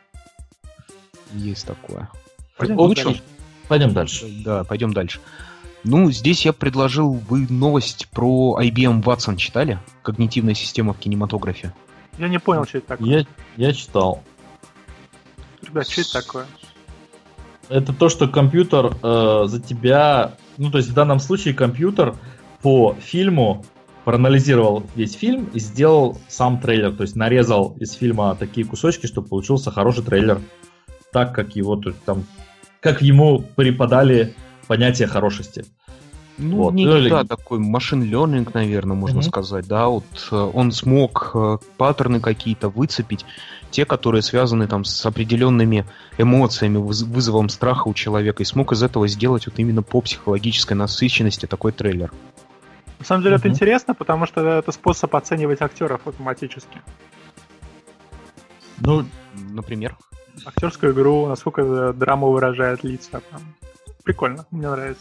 Есть такое. Пойдем Лучше. Дальше. Пойдем дальше. Да, пойдем дальше. Ну, здесь я предложил, вы новость про ай би эм Watson читали? Когнитивная система в кинематографе. Я не понял, что это такое. Я, я читал. Ребят, что это такое? Это то, что компьютер э, за тебя... Ну, то есть в данном случае компьютер по фильму проанализировал весь фильм и сделал сам трейлер. То есть нарезал из фильма такие кусочки, чтобы получился хороший трейлер. Так, как его то есть, там... Как ему преподали понятие хорошести. Ну, вот. Некий, да, такой machine learning, наверное, можно mm-hmm. сказать. Да, вот он смог паттерны какие-то выцепить, те, которые связаны там с определенными эмоциями, вызовом страха у человека, и смог из этого сделать вот именно по психологической насыщенности такой трейлер. На самом деле mm-hmm. это интересно, потому что это способ оценивать актеров автоматически. Ну, например. Актерскую игру, насколько драма выражает лица. Там. Прикольно, мне нравится.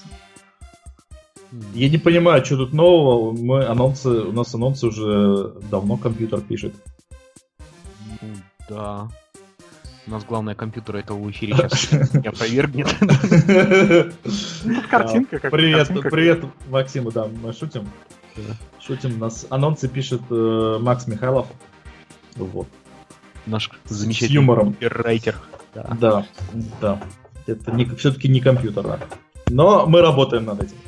Я не понимаю, что тут нового. Мы анонсы, у нас анонсы уже давно компьютер пишет. Ну, да. У нас главное компьютер этого в эфире сейчас не опровергнет. Тут картинка как Привет, привет, Максиму, да, мы шутим. Шутим, у нас анонсы пишет э, Макс Михайлов. Вот. Наш С замечательный юмором. райтер. Да. да, да. Это не, все-таки не компьютер, да. Но мы работаем над этим.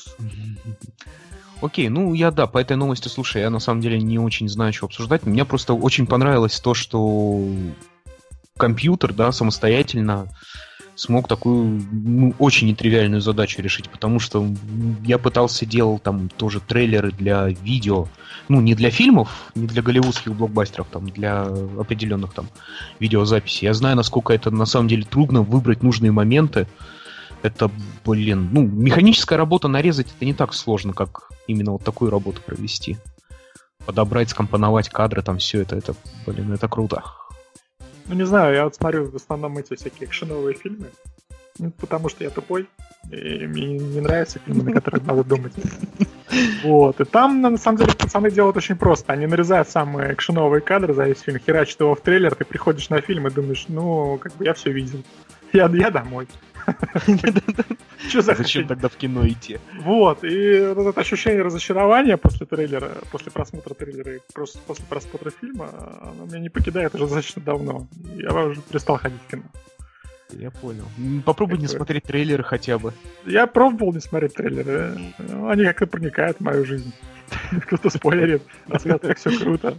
Окей, ну я да, по этой новости, слушай, я на самом деле не очень знаю, что обсуждать. Мне просто очень понравилось то, что компьютер, да, самостоятельно смог такую, ну, очень нетривиальную задачу решить, потому что я пытался делал там тоже трейлеры для видео, ну, не для фильмов, не для голливудских блокбастеров, там, для определенных там видеозаписей. Я знаю, насколько это на самом деле трудно выбрать нужные моменты. Это, блин, ну, механическая работа нарезать это не так сложно, как именно вот такую работу провести. Подобрать, скомпоновать кадры, там все это, это, блин, это круто. Ну, не знаю, я вот смотрю в основном эти всякие экшеновые фильмы, ну, потому что я тупой, и мне не нравятся фильмы, на которых надо думать. Вот, и там, на самом деле, пацаны делают очень просто. Они нарезают самые экшеновые кадры за весь фильм, херачат его в трейлер, ты приходишь на фильм и думаешь, ну, как бы я все видел. Я, я домой. Что за Зачем тогда в кино идти? Вот, и вот это ощущение разочарования после трейлера, после просмотра трейлера и просто после просмотра фильма, оно меня не покидает уже достаточно давно. Я уже перестал ходить в кино. Я понял. Попробуй не смотреть трейлеры хотя бы. Я пробовал не смотреть трейлеры. Они как-то проникают в мою жизнь. Кто-то спойлерит, рассказывает, как все круто.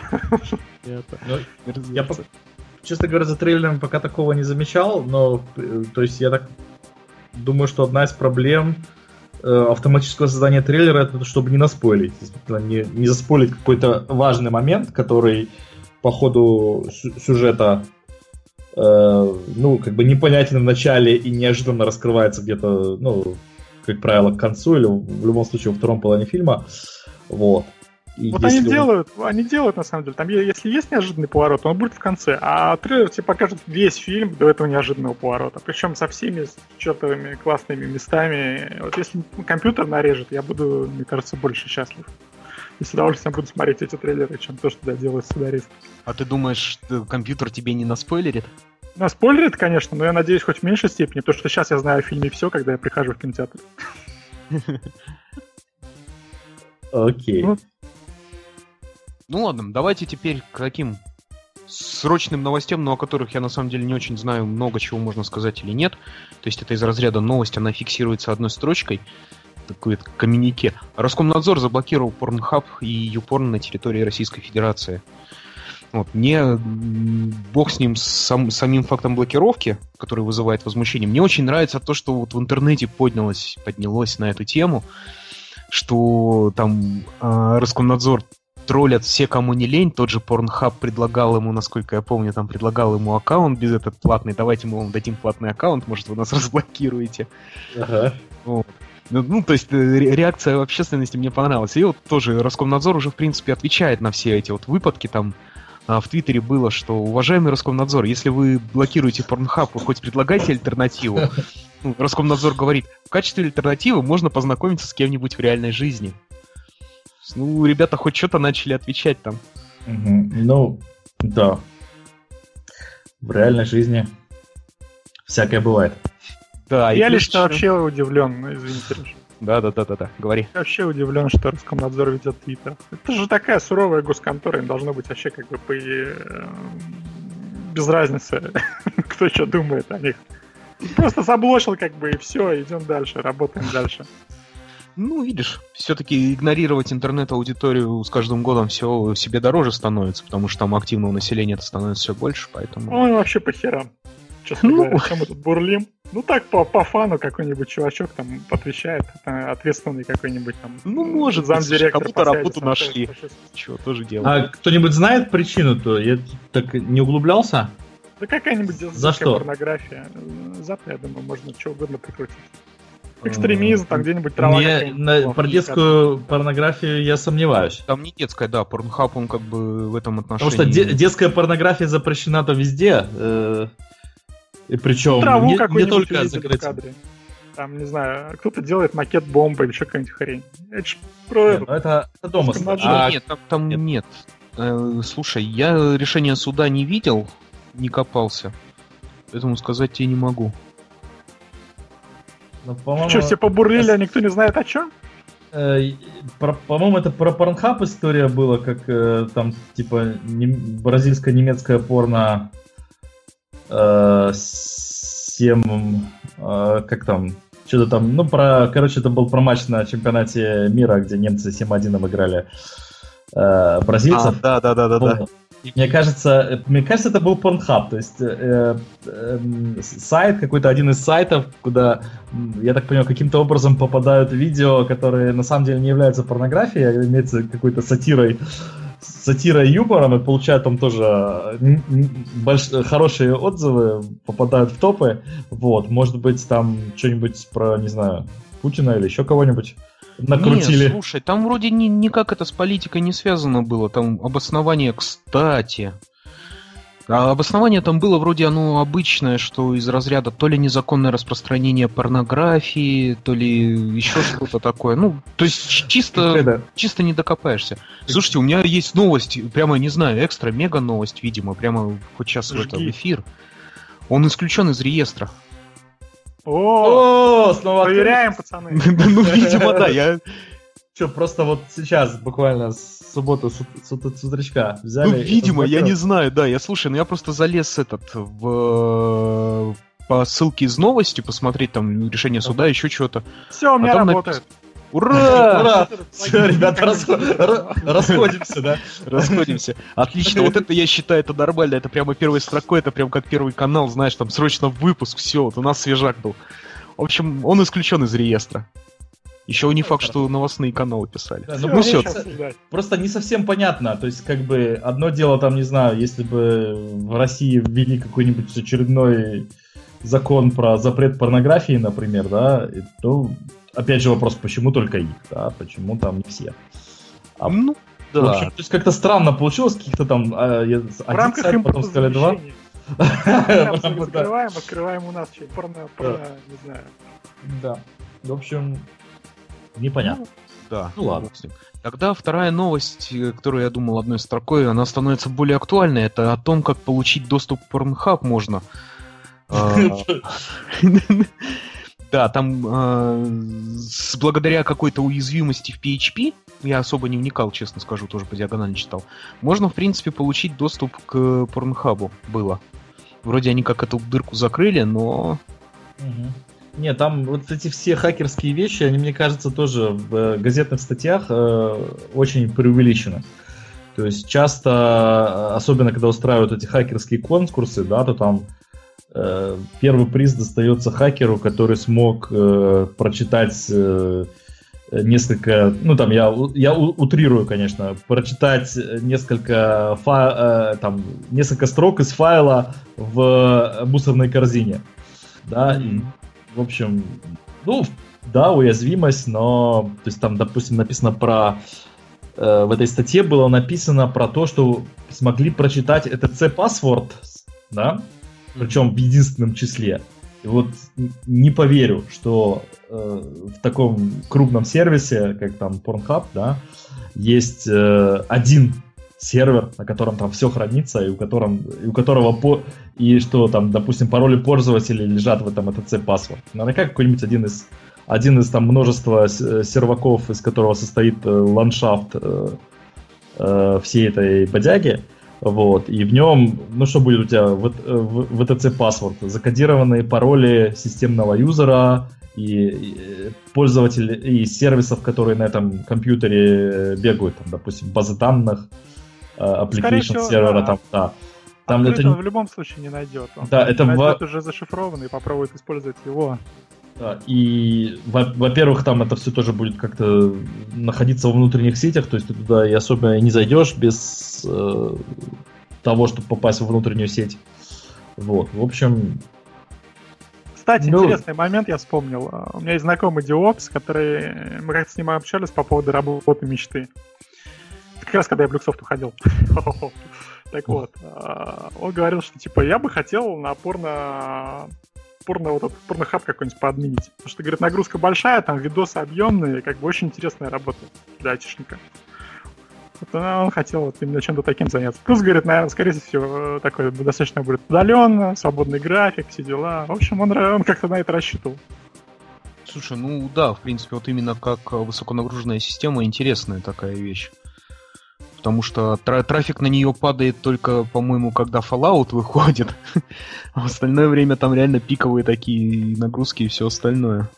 Я, честно говоря, за трейлером пока такого не замечал, но, то есть, я так думаю, что одна из проблем э, автоматического создания трейлера — это чтобы не наспойлить, не, не заспойлить какой-то важный момент, который по ходу сю- сюжета э, ну, как бы непонятен в начале и неожиданно раскрывается где-то, ну, как правило, к концу или в любом случае во втором половине фильма. Вот. И вот они он... делают, они делают на самом деле. Там, если есть неожиданный поворот, он будет в конце. А трейлер тебе покажет весь фильм до этого неожиданного поворота. Причем со всеми чертовыми классными местами. Вот если компьютер нарежет, я буду, мне кажется, больше счастлив. И с удовольствием буду смотреть эти трейлеры, чем то, что делают сценаристы. А ты думаешь, что компьютер тебе не наспойлерит? Ну, спойлерит, конечно, но я надеюсь, хоть в меньшей степени, потому что сейчас я знаю о фильме все, когда я прихожу в кинотеатр. Окей. Вот. Ну ладно, давайте теперь к таким срочным новостям, но о которых я на самом деле не очень знаю, много чего можно сказать или нет. То есть это из разряда новость, она фиксируется одной строчкой, такой коммюнике. Роскомнадзор заблокировал Pornhub и YouPorn на территории Российской Федерации. Вот. Мне бог с ним, с сам, самим фактом блокировки, который вызывает возмущение. Мне очень нравится то, что вот в интернете поднялось, поднялось на эту тему, что там э, Роскомнадзор троллят все, кому не лень. Тот же Pornhub предлагал ему, насколько я помню, там предлагал ему аккаунт без этот платный. Давайте мы вам дадим платный аккаунт, может, вы нас разблокируете. Ага. Вот. Ну, ну, то есть реакция общественности мне понравилась. И вот тоже Роскомнадзор уже, в принципе, отвечает на все эти вот выпадки. Там а, в Твиттере было, что, уважаемый Роскомнадзор, если вы блокируете Pornhub, вы хоть предлагайте альтернативу. Ну, Роскомнадзор говорит, в качестве альтернативы можно познакомиться с кем-нибудь в реальной жизни. Ну, ребята хоть что-то начали отвечать там. Угу. Ну, да. В реальной жизни всякое бывает. Да, я и лично плюс... вообще удивлен, ну, извините, Леша. Да-да-да-да, говори. Я вообще удивлен, что Роскомнадзор ведет Твиттер. Это же такая суровая госконтора, им должно быть вообще как бы по... без разницы, кто что думает о них. Просто заблочил как бы и все, идем дальше, работаем дальше. Ну, видишь, все-таки игнорировать интернет-аудиторию с каждым годом все себе дороже становится, потому что там активного населения становится все больше, поэтому... Ой, вообще по херам. Честно Ну. говоря, чем мы тут бурлим? Ну так, по, по фану какой-нибудь чувачок там отвечает, ответственный какой-нибудь там... Ну, может быть, замдиректор кому-то по связи работу с нашли. МТС. Чего, тоже дело. А кто-нибудь знает причину-то? Я так не углублялся. Да какая-нибудь детская За что? порнография. Завтра, я думаю, можно что угодно прикрутить. Экстремизм, там где-нибудь трава. Не, на, про детскую порнографию я сомневаюсь. Там не детская, да, Pornhub, он как бы в этом отношении... Потому что де- детская порнография запрещена-то везде. Э- и причем Траву не, не какую-нибудь только увидели в кадре. Там, не знаю, кто-то делает макет бомбы или еще какая-нибудь хрень. Это ж про Нет, ну это, это домыслы. А, нет, там, там нет. нет. Э, слушай, я решение суда не видел, не копался. Поэтому сказать тебе не могу. Ну, по-моему, что, все побурлили, а никто не знает о чем? Э, про, по-моему, это про Pornhub история была, как э, там, типа, не, бразильско-немецкое порно э, семь, э, как там, что-то там, ну, про, короче, это был про матч на чемпионате мира, где немцы семь один обыграли э, бразильцев. А, да, да, да, да, да. Мне кажется, мне кажется, это был Pornhub, то есть э, э, сайт, какой-то один из сайтов, куда, я так понимаю, каким-то образом попадают видео, которые на самом деле не являются порнографией, а имеются какой-то сатирой, сатирой и юмором, и получают там тоже больш... хорошие отзывы, попадают в топы. Вот, может быть, там что-нибудь про, не знаю, Путина или еще кого-нибудь накрутили. Не, слушай, там вроде ни, никак это с политикой не связано было. Там обоснование, кстати. А обоснование там было вроде оно обычное, что из разряда то ли незаконное распространение порнографии, то ли еще что-то такое. Ну, то есть чисто, чисто не докопаешься. Слушайте, у меня есть новость, прямо, не знаю, экстра, мега новость, видимо, прямо хоть сейчас в этот эфир. Он исключен из реестра. О, снова проверяем, пацаны. Ну, видимо, да, я... Что, просто вот сейчас, буквально с субботу, с, с, с утречка взяли... Ну, видимо, я не знаю, да, я слушай, ну я просто залез этот в... по ссылке из новости посмотреть там решение суда, еще что-то. Все, у меня работает. Ура! Ура! Все, ребята, расходимся, да? Расходимся. Отлично, вот это я считаю, это нормально, это прямо первой строкой, это прям как Первый канал, знаешь, там срочно выпуск, все, вот у нас свежак был. В общем, он исключен из реестра. Еще не факт, что новостные каналы писали. Да, ну, все, просто не совсем понятно. То есть, как бы, одно дело, там, не знаю, если бы в России ввели какой-нибудь очередной закон про запрет порнографии, например, да, то, опять же, вопрос, почему только их, да, почему там не все. А, ну, да. В общем, то есть, как-то странно получилось, каких-то там а, один в рамках сайт, потом сказали два. Закрываем, открываем у нас что-нибудь порно, не знаю. Да, в общем... Непонятно. Ну, да. Ну ладно. Тогда вторая новость, которую я думал одной строкой, она становится более актуальной. Это о том, как получить доступ к Pornhub можно. Да, там благодаря какой-то уязвимости в пи эйч пи, я особо не вникал, честно скажу, тоже по диагонали читал, можно, в принципе, получить доступ к Pornhub было. Вроде они как эту дырку закрыли, но... Не, там вот эти все хакерские вещи, они, мне кажется, тоже в газетных статьях э, очень преувеличены. То есть часто, особенно когда устраивают эти хакерские конкурсы, да, то там э, первый приз достается хакеру, который смог э, прочитать э, несколько, ну там я, я утрирую, конечно, прочитать несколько, фа, э, там, несколько строк из файла в мусорной корзине. Да, mm-hmm. и в общем, ну, да, уязвимость, но, то есть там, допустим, написано про, э, в этой статье было написано про то, что смогли прочитать эй ти си-паспорт, да, причем в единственном числе. И вот не поверю, что э, в таком крупном сервисе, как там Pornhub, да, есть э, один сервер, на котором там все хранится, и у, котором, и у которого по, и что там, допустим, пароли пользователей лежат в этом эй ти си-паспорт. Наверняка какой-нибудь один из, один из там множества серваков, из которого состоит э, ландшафт э, э, всей этой бодяги, вот, и в нем, ну что будет у тебя в, в, в эй ти си-паспорт? Закодированные пароли системного юзера, и, и пользователи, и сервисов, которые на этом компьютере бегают, там, допустим, базы данных, application сервера, да. там, да. Там это он в любом случае не найдет. Он да, это найдет в... уже зашифрованный и попробует использовать его. Да, и, во- во-первых, там это все тоже будет как-то находиться во внутренних сетях, то есть ты туда и особо не зайдешь без э, того, чтобы попасть во внутреннюю сеть. Вот, в общем... Кстати, Ну. интересный момент я вспомнил. У меня есть знакомый Диопс, который... Мы как-то с ним общались по поводу работы мечты. Как раз когда я в Люксофт уходил. Так вот, а, он говорил, что типа я бы хотел на порно... порно вот этот порнохаб какой-нибудь поадминить. Потому что, говорит, нагрузка большая, там видосы объемные, как бы очень интересная работа для айтишника. Вот он хотел вот именно чем-то таким заняться. Плюс, говорит, наверное, скорее всего, такой достаточно будет удаленно, свободный график, все дела. В общем, он, он как-то на это рассчитывал. Слушай, ну да, в принципе, вот именно как высоконагруженная система интересная такая вещь. Потому что тра- трафик на нее падает только, по-моему, когда Fallout выходит. А в остальное время там реально пиковые такие нагрузки и все остальное.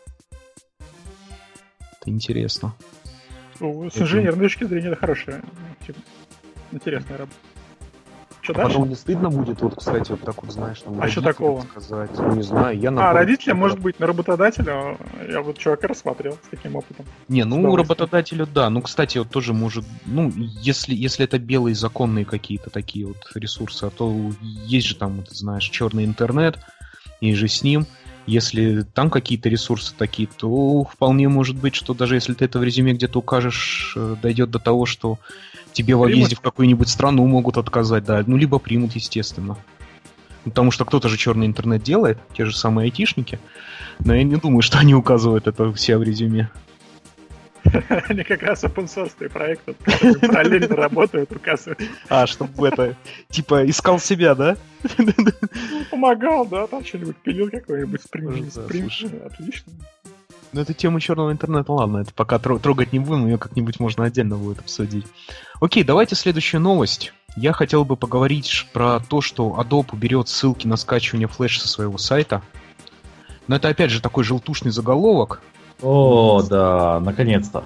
Это интересно. Ну, с инженерной точки зрения это хорошая, типа, интересная работа. Что А дальше? потом не стыдно будет, вот, кстати, вот так вот, знаешь, там... А что родителям такого? Сказать, ну, не знаю, я... А, наоборот, родителям, что-то- может быть, на работодателя. Я вот чувака рассмотрел с таким опытом. Не, С ну, удовольствием. работодателю, да. Ну, кстати, вот тоже может... Ну, если, если это белые законные какие-то такие вот ресурсы, а то есть же там, вот, знаешь, черный интернет, и же с ним. Если там какие-то ресурсы такие, то вполне может быть, что даже если ты это в резюме где-то укажешь, э, дойдет до того, что тебе в въезде в какую-нибудь страну могут отказать, да. Ну, либо примут, естественно. Потому что кто-то же черный интернет делает, те же самые айтишники. Но я не думаю, что они указывают это у себя в резюме. Они как раз open-source проекты, которые параллельно работают, указывают. А, чтобы это, типа, искал себя, да? Ну, помогал, да, там что-нибудь пилил какой-нибудь спринг. Может, да, спринг, слушай. Отлично. Ну, эту тему черного интернета, ладно, это пока тро- трогать не будем, ее как-нибудь можно отдельно будет обсудить. Окей, давайте следующую новость. Я хотел бы поговорить ш- про то, что Adobe уберет ссылки на скачивание флеш со своего сайта. Но это, опять же, такой желтушный заголовок. О, да, наконец-то.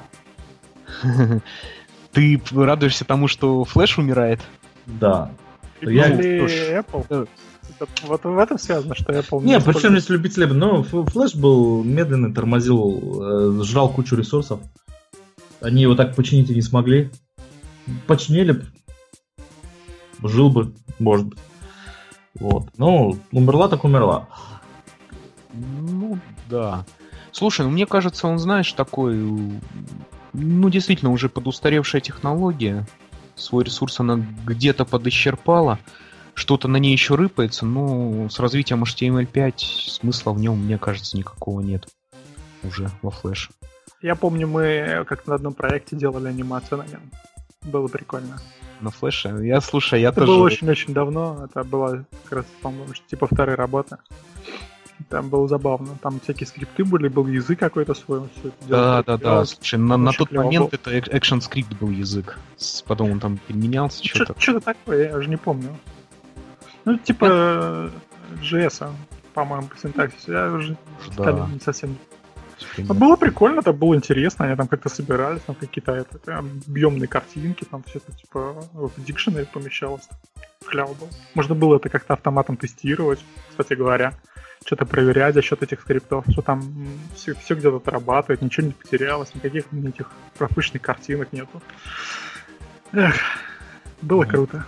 Ты радуешься тому, что флеш умирает? Да. Я Я- ли ну, Apple? э. Это вот в этом связано, что Apple Не, использует- причем здесь любители, но ф- флеш был медленный, тормозил, э, жрал кучу ресурсов. Они его так починить и не смогли. Починили б. Жил бы, может быть. Вот. Ну, умерла так умерла. Ну, да. Слушай, ну мне кажется, он, знаешь, такой... Ну, действительно, уже подустаревшая технология. Свой ресурс она где-то подисчерпала. Что-то на ней еще рыпается, но с развитием эйч ти эм эль пять смысла в нем, мне кажется, никакого нет. Уже во флеш. Я помню, мы как на одном проекте делали анимацию на нем. Было прикольно. На флеше? Я, слушай, я Это тоже... было очень-очень давно. Это была как раз, по-моему, типа вторая работа. Там было забавно. Там всякие скрипты были, был язык какой-то свой. он всё это Да, делал. да, да. Делалось. Слушай, на, на очень тот клево момент было. это экшен скрипт был язык. С- Потом он там переменялся, что-то. Что-то такое, я уже не помню. Ну, типа джей эс, по-моему, по синтаксису. Я уже Да. детали не совсем. Но было прикольно, это было интересно, они там как-то собирались, там какие-то это, прям объемные картинки, там все это типа в дикшенере помещалось. Кляво было. Можно было это как-то автоматом тестировать, кстати говоря. Что-то проверять за счет этих скриптов, что там все, все где-то отрабатывает, ничего не потерялось, никаких этих пропущенных картинок нету. Эх, было Мгм. круто.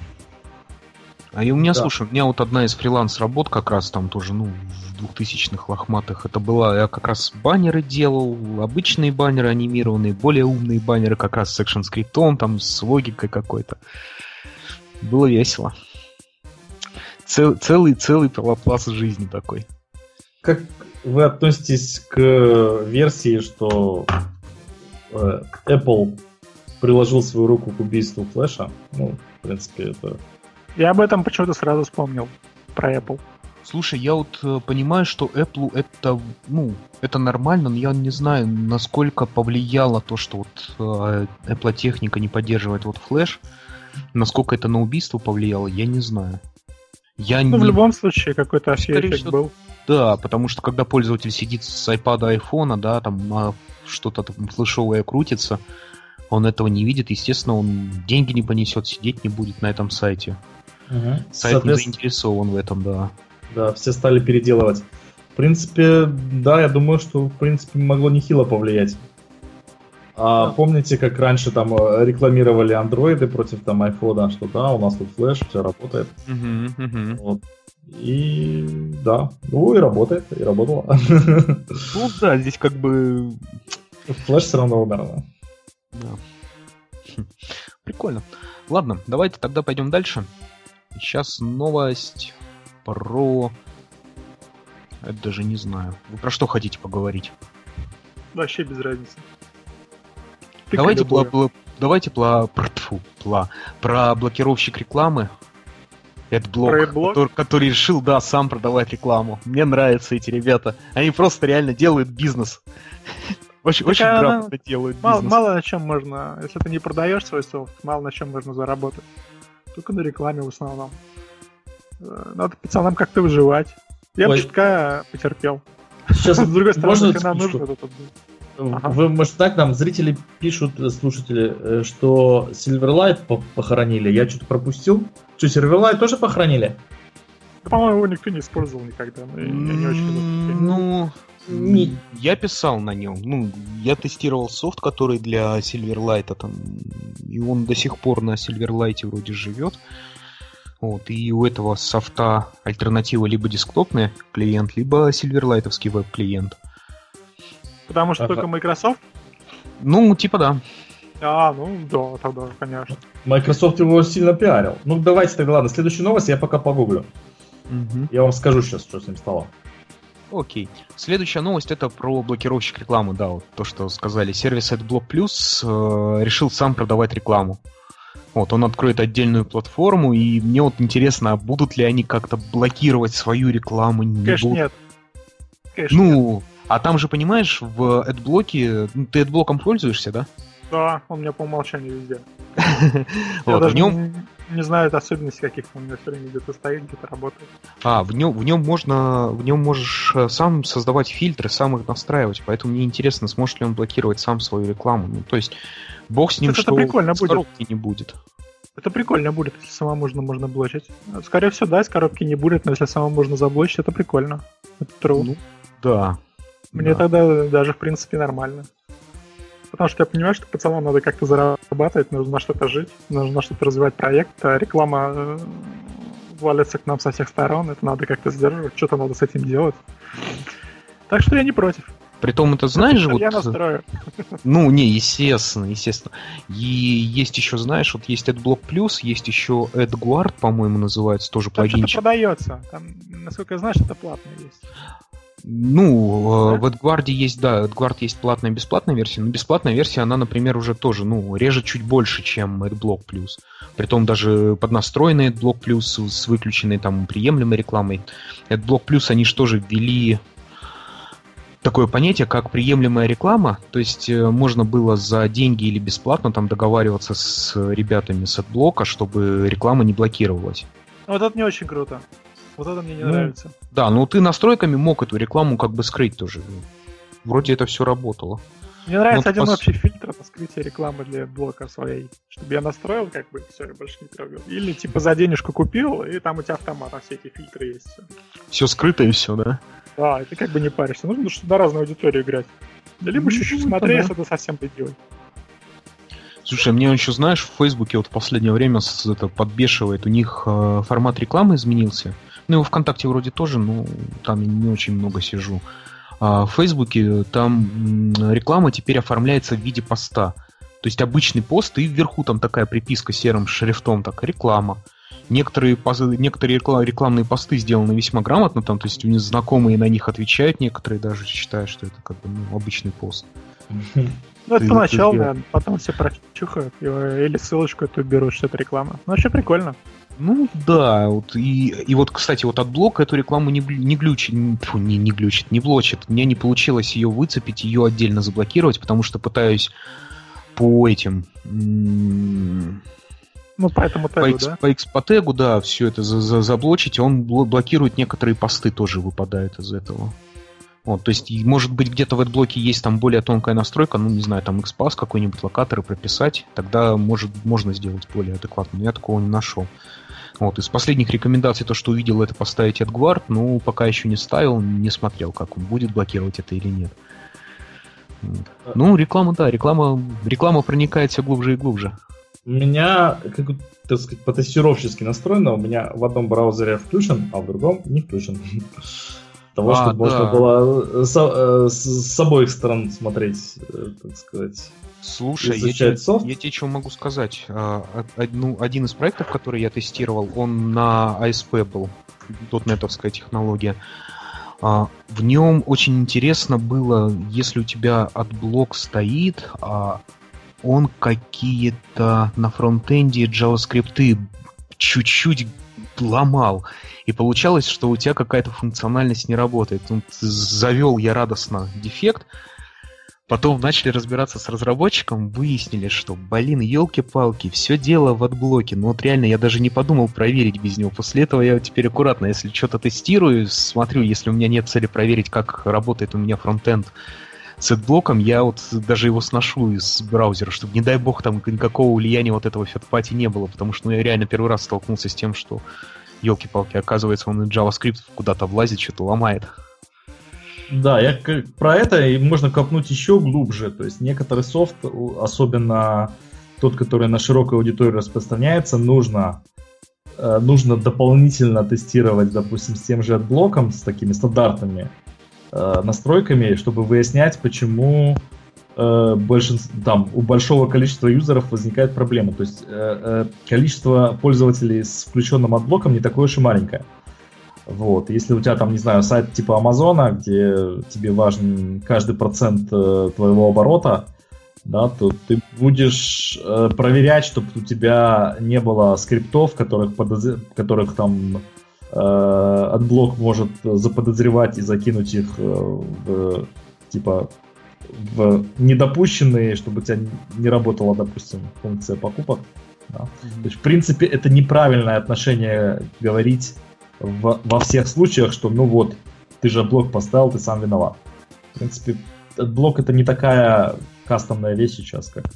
А и у меня, Да. слушай, у меня вот одна из фриланс-работ как раз там тоже, ну, в двухтысячных лохматых, это была, я как раз баннеры делал, обычные баннеры анимированные, более умные баннеры как раз с экшн-скриптом, там, с логикой какой-то. Было весело. Цел- целый, целый пласт жизни такой. Как вы относитесь к версии, что э, Apple приложил свою руку к убийству флеша? Ну, в принципе, это... Я об этом почему-то сразу вспомнил, про Apple. Слушай, я вот э, понимаю, что Apple это, ну, это нормально, но я не знаю, насколько повлияло то, что вот э, Apple техника не поддерживает вот флеш, насколько это на убийство повлияло, я не знаю. Я Ну, не... в любом случае, какой-то Скорее эффект всего, был. Да, потому что когда пользователь сидит с iPad, айфона, да, там а, что-то там флешовое крутится, он этого не видит, естественно, он деньги не понесет, сидеть не будет на этом сайте. Угу. Сайт не Соответственно, заинтересован в этом, да. да, все стали переделывать. В принципе, да, я думаю, что в принципе могло нехило повлиять. А помните, как раньше там рекламировали андроиды против там айфона, что да, у нас тут флеш, все работает. Угу, угу. Вот. И да, ну и работает, и работало. Ну да, здесь как бы... Флеш все равно умер. Да. Прикольно. Ладно, давайте тогда пойдем дальше. Сейчас новость про... Это даже не знаю. Вы про что хотите поговорить? Вообще без разницы. Давайте, пла, пла, давайте пла, пр, тьфу, пла, про блокировщик рекламы. AdBlock, который, который решил, да, сам продавать рекламу. Мне нравятся эти ребята. Они просто реально делают бизнес. Очень, очень грамотно делают бизнес. Мало, мало на чем можно, если ты не продаешь свой софт, мало на чем можно заработать. Только на рекламе в основном. Надо пацанам как-то выживать. Я бы чутка потерпел. Сейчас, с другой стороны, можно нам нужно это. Ага. Вы, может, так, нам зрители пишут, слушатели, что Silverlight похоронили. Я что-то пропустил. Что, Silverlight тоже похоронили? Да, по-моему, его никто не использовал никогда. Я не очень Ну, не... я писал на нем. Ну, я тестировал софт, который для Silverlight, там, и он до сих пор на Silverlight вроде живет. Вот, и у этого софта альтернатива либо десктопный клиент, либо Silverlight'овский веб-клиент. Потому что ага. только Microsoft? Ну, типа да. А, ну да, тогда, конечно. Microsoft его сильно пиарил. Ну, давайте тогда, ладно, следующую новость я пока погуглю. Угу. Я вам скажу сейчас, что с ним стало. Окей. Следующая новость — это про блокировщик рекламы. Да, вот то, что сказали. Сервис AdBlock Plus э, решил сам продавать рекламу. Вот, он откроет отдельную платформу, и мне вот интересно, а будут ли они как-то блокировать свою рекламу? Не Конечно, будут? нет. Конечно, ну, нет. А там же, понимаешь, в AdBlock... Ты AdBlock'ом пользуешься, да? Да, он у меня по умолчанию везде. Вот, Я даже в нем... не знаю особенностей каких-то, он у меня все время где-то стоит, где-то работает. А, в нем, в нем можно... В нем можешь сам создавать фильтры, сам их настраивать, поэтому мне интересно, сможет ли он блокировать сам свою рекламу. Ну, то есть, бог с ним, это что прикольно с будет. коробки не будет. Это прикольно будет, если самому можно, можно блочить. Скорее всего, да, из коробки не будет, но если самому можно заблочить, это прикольно. Это true. Ну, да. Мне да. тогда даже, в принципе, нормально. Потому что я понимаю, что пацанам надо как-то зарабатывать, нужно на что-то жить, нужно на что-то развивать проект, а реклама валится к нам со всех сторон, это надо как-то сдерживать, что-то надо с этим делать. Так что я не против. Притом, это знаешь же, вот... Я настрою. Ну, не, естественно, естественно. И есть еще, знаешь, вот есть AdBlock Plus, есть еще AdGuard, по-моему, называется, тоже там плагинчик. Что-то продается. Там, насколько я знаю, что-то платное есть. Ну, да? в AdGuard есть, да, AdGuard есть платная и бесплатная версия, но бесплатная версия, она, например, уже тоже, ну, режет чуть больше, чем AdBlock Plus. Притом даже поднастроенный AdBlock Plus с выключенной там приемлемой рекламой. AdBlock Plus, они же тоже ввели такое понятие, как приемлемая реклама, то есть можно было за деньги или бесплатно там договариваться с ребятами с AdBlock, чтобы реклама не блокировалась. Вот это не очень круто. Вот это мне не ну, нравится. Да, ну ты настройками мог эту рекламу как бы скрыть тоже. Вроде это все работало. Мне нравится ну, один пос... общий фильтр на скрытие рекламы для блока своей. Чтобы я настроил, как бы, все, я больше не трогал. Или типа за денежку купил, и там у тебя автоматом все эти фильтры есть. Все, все скрыто и все, да? Да, и ты как бы не паришься. Нужно что на разную аудиторию играть. Да либо чуть-чуть ну, смотреть, если это совсем дебилы. Слушай, мне еще, знаешь, в Фейсбуке вот в последнее время это подбешивает. У них э, формат рекламы изменился. Ну, его ВКонтакте вроде тоже, но там я не очень много сижу. А в Фейсбуке там реклама теперь оформляется в виде поста. То есть обычный пост, и вверху там такая приписка серым шрифтом, так, реклама. Некоторые, некоторые рекламные посты сделаны весьма грамотно, там, то есть у них знакомые на них отвечают, некоторые даже считают, что это как бы ну, обычный пост. Ну, это поначалу, наверное, потом все прочухают или ссылочку эту берут, что это реклама. Ну, вообще прикольно. Ну, да, вот и, и вот, кстати, вот AdBlock эту рекламу не, не глючит, фу, не, не глючит, не блочит. Мне не получилось ее выцепить, ее отдельно заблокировать, потому что пытаюсь по этим... М- Ну, по этому тегу, по, экс, да? По экспотегу, да, все это за, за, заблочить, и он блокирует некоторые посты, тоже выпадают из этого. Вот, то есть, может быть, где-то в AdBlock есть там более тонкая настройка, ну, не знаю, там экспас какой-нибудь, локаторы прописать, тогда, может, можно сделать более адекватно, но я такого не нашел. Вот, из последних рекомендаций, то, что увидел, это поставить AdGuard, ну, пока еще не ставил, не смотрел, как он будет блокировать это или нет. Ну, реклама, да, реклама, реклама проникает все глубже и глубже. У меня, как, так сказать, по-тестировщески настроено, у меня в одном браузере включен, а в другом не включен. Того, А, чтобы да. можно было с, с, с обоих сторон смотреть, так сказать. Слушай, я тебе, изучать софт. я тебе что могу сказать? А, од- ну, один из проектов, который я тестировал, он на эй эс пи был, дотнетовская технология. А, в нем очень интересно было, если у тебя отблок стоит, а он какие-то на фронтенде JavaScript чуть-чуть ломал. И получалось, что у тебя какая-то функциональность не работает. Тут завел я радостно дефект. Потом начали разбираться с разработчиком, выяснили, что, блин, елки-палки, все дело в отблоке. Ну вот реально, я даже не подумал проверить без него. После этого я теперь аккуратно, если что-то тестирую, смотрю, если у меня нет цели проверить, как работает у меня фронтенд с отблоком, я вот даже его сношу из браузера, чтобы, не дай бог, там никакого влияния вот этого third-party не было, потому что ну, я реально первый раз столкнулся с тем, что, елки-палки, оказывается, он и JavaScript куда-то влазит, что-то ломает. Да, я к- про это и можно копнуть еще глубже. То есть некоторый софт, у- особенно тот, который на широкой аудитории распространяется, нужно, э, нужно дополнительно тестировать, допустим, с тем же отблоком, с такими стандартными э, настройками, чтобы выяснять, почему э, большинство, там, у большого количества юзеров возникает проблема. То есть э, э, количество пользователей с включенным отблоком не такое уж и маленькое. Вот. Если у тебя там, не знаю, сайт типа Амазона, где тебе важен каждый процент э, твоего оборота, да, то ты будешь э, проверять, чтобы у тебя не было скриптов, которых, подоз... которых там э, отблок может заподозревать и закинуть их э, в, типа, в недопущенные, чтобы у тебя не работала, допустим, функция покупок. Да. То есть, в принципе, это неправильное отношение говорить В, во всех случаях, что ну вот, ты же блок поставил, ты сам виноват. В принципе, блок это не такая кастомная вещь сейчас, как.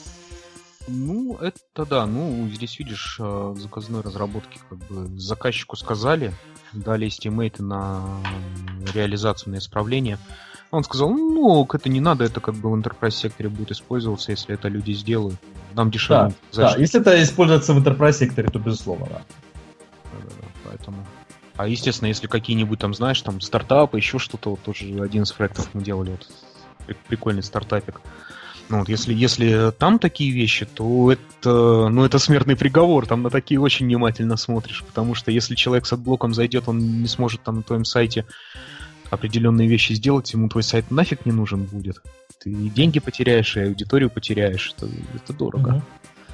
Ну, это да, ну, здесь видишь, в заказной разработке как бы заказчику сказали, дали эстимейты на реализацию, на исправление. Он сказал, ну, это не надо, это как бы в enterprise секторе будет использоваться, если это люди сделают. Нам дешевле. Да, да, если это используется в enterprise секторе, то безусловно, да. Да-да-да, поэтому... А, естественно, если какие-нибудь там, знаешь, там стартапы, еще что-то, вот тоже один из проектов мы делали, вот прикольный стартапик. Ну вот, если, если там такие вещи, то это, ну, это смертный приговор, там на такие очень внимательно смотришь, потому что если человек с отблоком зайдет, он не сможет там на твоем сайте определенные вещи сделать, ему твой сайт нафиг не нужен будет. Ты и деньги потеряешь, и аудиторию потеряешь, это, это дорого. Угу.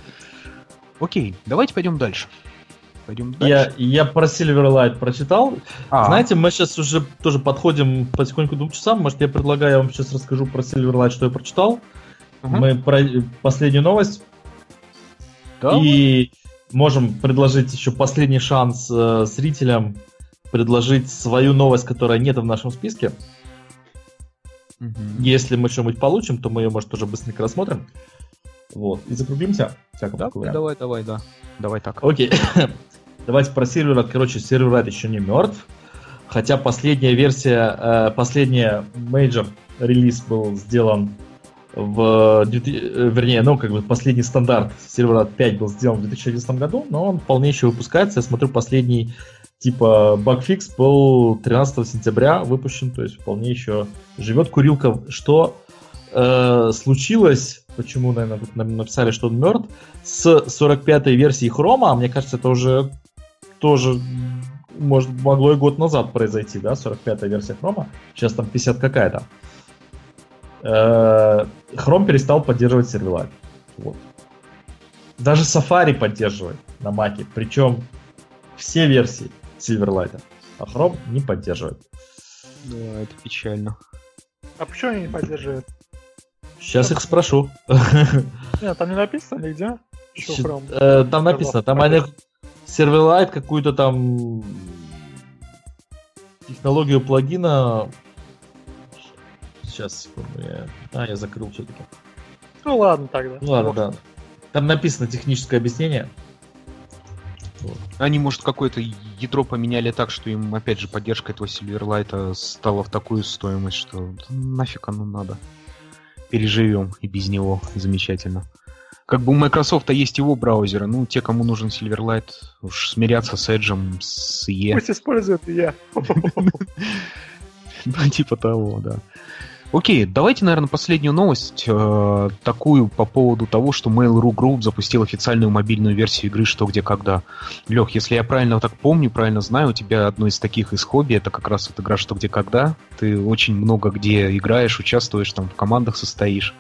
Окей, давайте пойдем дальше. Пойдем Я, дальше. я про Silverlight прочитал. А. Знаете, мы сейчас уже тоже подходим потихоньку к двум часам. Может, я предлагаю, я вам сейчас расскажу про Silverlight, что я прочитал. Угу. Мы про последнюю новость. Да, И можем предложить еще последний шанс э, зрителям предложить свою новость, которая нет в нашем списке. Угу. Если мы что-нибудь получим, то мы ее, может, тоже быстренько рассмотрим. Вот. И закруглимся. Всякого Да, такого. давай, давай, да. Давай так. Окей. Давайте про Silverlight. Короче, Silverlight еще не мертв. Хотя последняя версия, э, последняя major релиз был сделан в, вернее, ну, как бы последний стандарт Silverlight пять был сделан в две тысячи одиннадцатом году, но он вполне еще выпускается. Я смотрю, последний типа багфикс был тринадцатого сентября выпущен, то есть вполне еще живет курилка. Что э, случилось, почему, наверное, тут нам написали, что он мертв, с сорок пятой версией Chrome, мне кажется, это уже тоже может, могло и год назад произойти, да, сорок пятая версия Chrome, сейчас там пятьдесят какая-то. Chrome перестал поддерживать Silverlight. Вот. Даже Safari поддерживает на Mac, причем все версии Silverlight, а Chrome не поддерживает. Да, это печально. А почему они не поддерживают? Сейчас их спрошу. Нет, там не написано нигде. Что Щ- Chrome? э, Там написано, там они Silverlight какую-то там технологию плагина. Сейчас, секунду, я... А, я закрыл все-таки. Ну ладно тогда. Ну ладно, да. Там написано техническое объяснение. Они, может, какое-то ядро поменяли так, что им, опять же, поддержка этого Silverlight стала в такую стоимость, что да нафиг оно надо. переживем и без него. Замечательно. Как бы у Microsoft есть его браузеры, ну, те, кому нужен Silverlight, уж смирятся с Edge, с и и. Пусть используют и и. Ну, типа того, да. Окей, давайте, наверное, последнюю новость, э, такую по поводу того, что Mail.ru Group запустил официальную мобильную версию игры «Что, где, когда». Лех, если я правильно так помню, правильно знаю, у тебя одно из таких из хобби, это как раз вот игра «Что, где, когда». Ты очень много где играешь, участвуешь, там в командах состоишь.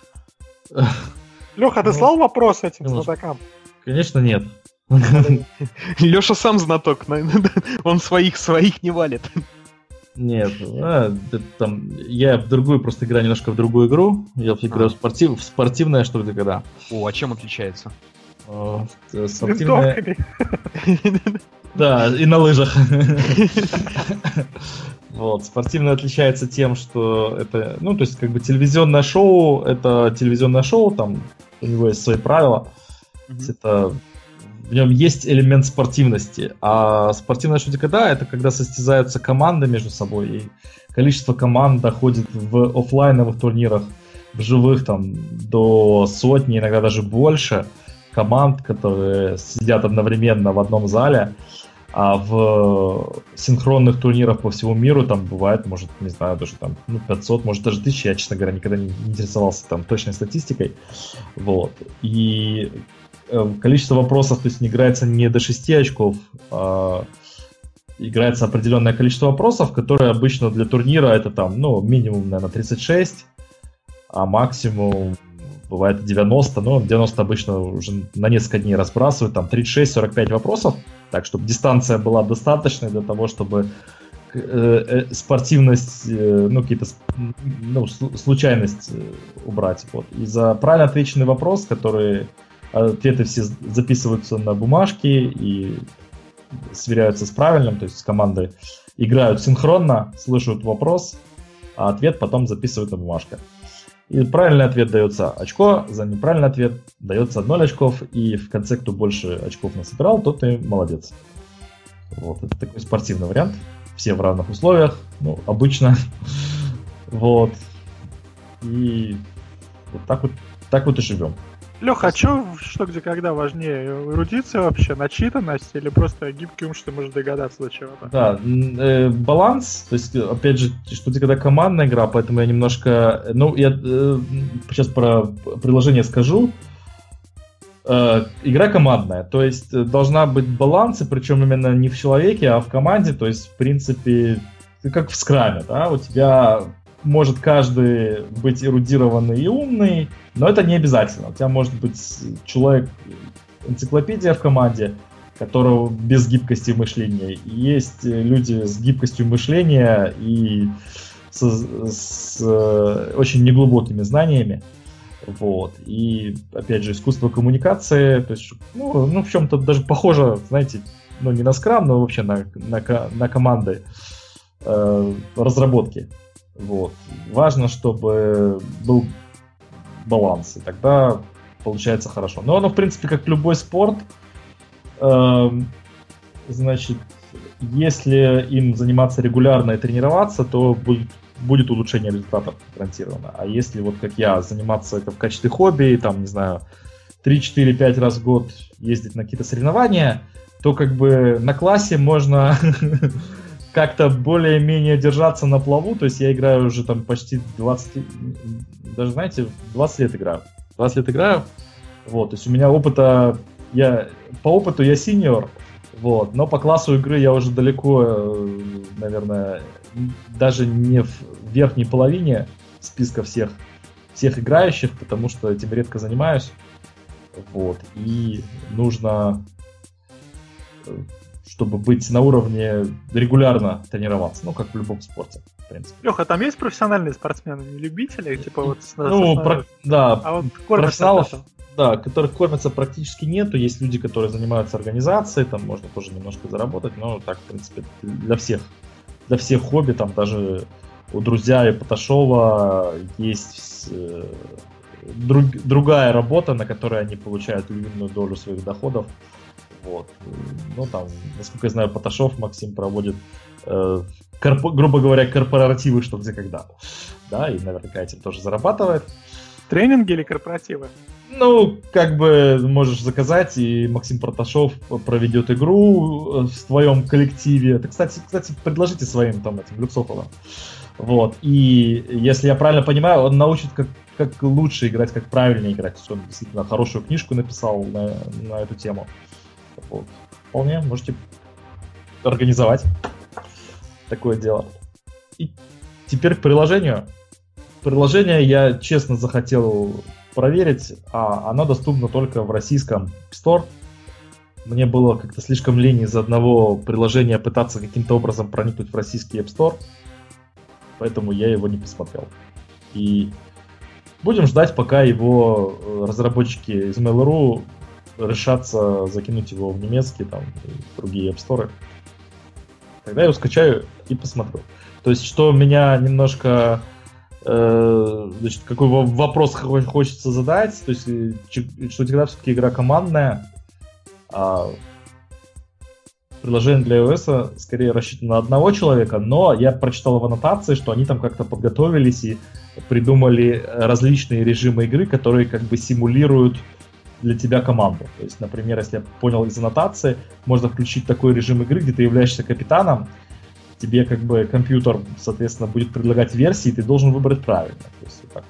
Леха, ты Ну, слал вопрос этим конечно. знатокам? Конечно, нет. Леша сам знаток, он своих своих не валит. Нет, а, это там, я в другую просто играю немножко в другую игру. Я играю в, спортив, в спортивное что где когда. О, а чем отличается? О, спортивное... Винтовками. Да, и на лыжах. Вот, спортивное отличается тем, что это, ну, то есть, как бы телевизионное шоу, это телевизионное шоу, там у него есть свои правила. Mm-hmm. Это, в нем есть элемент спортивности. А спортивное шоу когда это когда состязаются команды между собой, и количество команд доходит в офлайновых турнирах, в живых там до сотни, иногда даже больше команд, которые сидят одновременно в одном зале. А в синхронных турнирах по всему миру там бывает, может, не знаю, даже там ну, пятьсот, может, даже тысяча. Я, честно говоря, никогда не интересовался там точной статистикой. Вот. И э, количество вопросов, то есть не играется не до шести очков, а играется определенное количество вопросов, которые обычно для турнира это там, ну, минимум, наверное, тридцать шесть, а максимум бывает девяносто, но девяносто обычно уже на несколько дней разбрасывают, там тридцать шесть сорок пять вопросов, так, чтобы дистанция была достаточной для того, чтобы э, э, спортивность, э, ну, какие-то ну, случайность убрать. Вот. И за правильно отвеченный вопрос, которые ответы все записываются на бумажке и сверяются с правильным, то есть команды играют синхронно, слышат вопрос, а ответ потом записывают на бумажке. И правильный ответ дается очко, за неправильный ответ дается ноль очков, и в конце, кто больше очков насобирал, тот и молодец. Вот, это такой спортивный вариант. Все в равных условиях, ну, обычно. Вот. И вот так вот, так вот и живем. Леха, а что, что где когда важнее? Эрудиция вообще, начитанность или просто гибкий ум, что ты можешь догадаться до чего-то? Да, э, баланс, то есть, опять же, что ты когда командная игра, поэтому я немножко, ну, я э, сейчас про приложение скажу. Э, игра командная, то есть должна быть баланс, и причем именно не в человеке, а в команде, то есть, в принципе, ты как в скраме, да, у тебя может каждый быть эрудированный и умный, но это не обязательно. У тебя может быть человек, энциклопедия в команде, которого без гибкости мышления. И есть люди с гибкостью мышления и с, с э, очень неглубокими знаниями. Вот. И, опять же, искусство коммуникации, то есть, ну, ну в чем-то даже похоже, знаете, ну, не на скрам, но вообще на, на, на команды э, разработки. Вот. Важно, чтобы был баланс, и тогда получается хорошо. Но оно, в принципе, как любой спорт, э, значит, если им заниматься регулярно и тренироваться, то будет, будет улучшение результатов гарантированно. А если, вот как я, заниматься это в качестве хобби, там, не знаю, три-четыре-пять раз в год ездить на какие-то соревнования, то как бы на классе можно как-то более-менее держаться на плаву. То есть я играю уже там почти двадцать, даже, знаете, двадцать лет играю. двадцать лет играю. Вот, то есть у меня опыта, я по опыту я синьор, вот, но по классу игры я уже далеко, наверное, даже не в верхней половине списка всех, всех играющих, потому что этим редко занимаюсь. Вот, и нужно, чтобы быть на уровне, регулярно тренироваться, ну, как в любом спорте, в принципе. Леха, там есть профессиональные спортсмены, не любители, типа вот... С, ну, с, про, да, а вот профессионалов, да, которых кормятся практически нету, есть люди, которые занимаются организацией, там можно тоже немножко заработать, но так, в принципе, для всех, для всех хобби, там даже у Друзья и Поташова есть э, друг, другая работа, на которой они получают львиную долю своих доходов. Вот. Ну, там, насколько я знаю, Поташов Максим проводит э, корп- грубо говоря, корпоративы, что где когда. Да, и наверняка этим тоже зарабатывает. Тренинги или корпоративы? Ну, как бы можешь заказать, и Максим Проташов проведет игру в твоем коллективе. Это, кстати, кстати, предложите своим там этим люксофолам. Вот. И если я правильно понимаю, он научит, как, как лучше играть, как правильно играть. Он действительно хорошую книжку написал на, на эту тему. Вот. Вполне можете организовать такое дело. И теперь к приложению. Приложение я честно захотел проверить, а оно доступно только в российском App Store. Мне было как-то слишком лень из одного приложения пытаться каким-то образом проникнуть в российский App Store, поэтому я его не посмотрел. И будем ждать, пока его разработчики из Mail.ru решатся закинуть его в немецкий там, и другие App Store. Тогда я его скачаю и посмотрю. То есть, что меня немножко... Значит, какой вопрос хочется задать, то есть, что тогда все-таки игра командная, а приложение для iOS скорее рассчитано на одного человека, но я прочитал в аннотации, что они там как-то подготовились и придумали различные режимы игры, которые как бы симулируют для тебя команду. То есть, например, если я понял из аннотации, можно включить такой режим игры, где ты являешься капитаном, тебе как бы компьютер, соответственно, будет предлагать версии, и ты должен выбрать правильно. То есть вот так.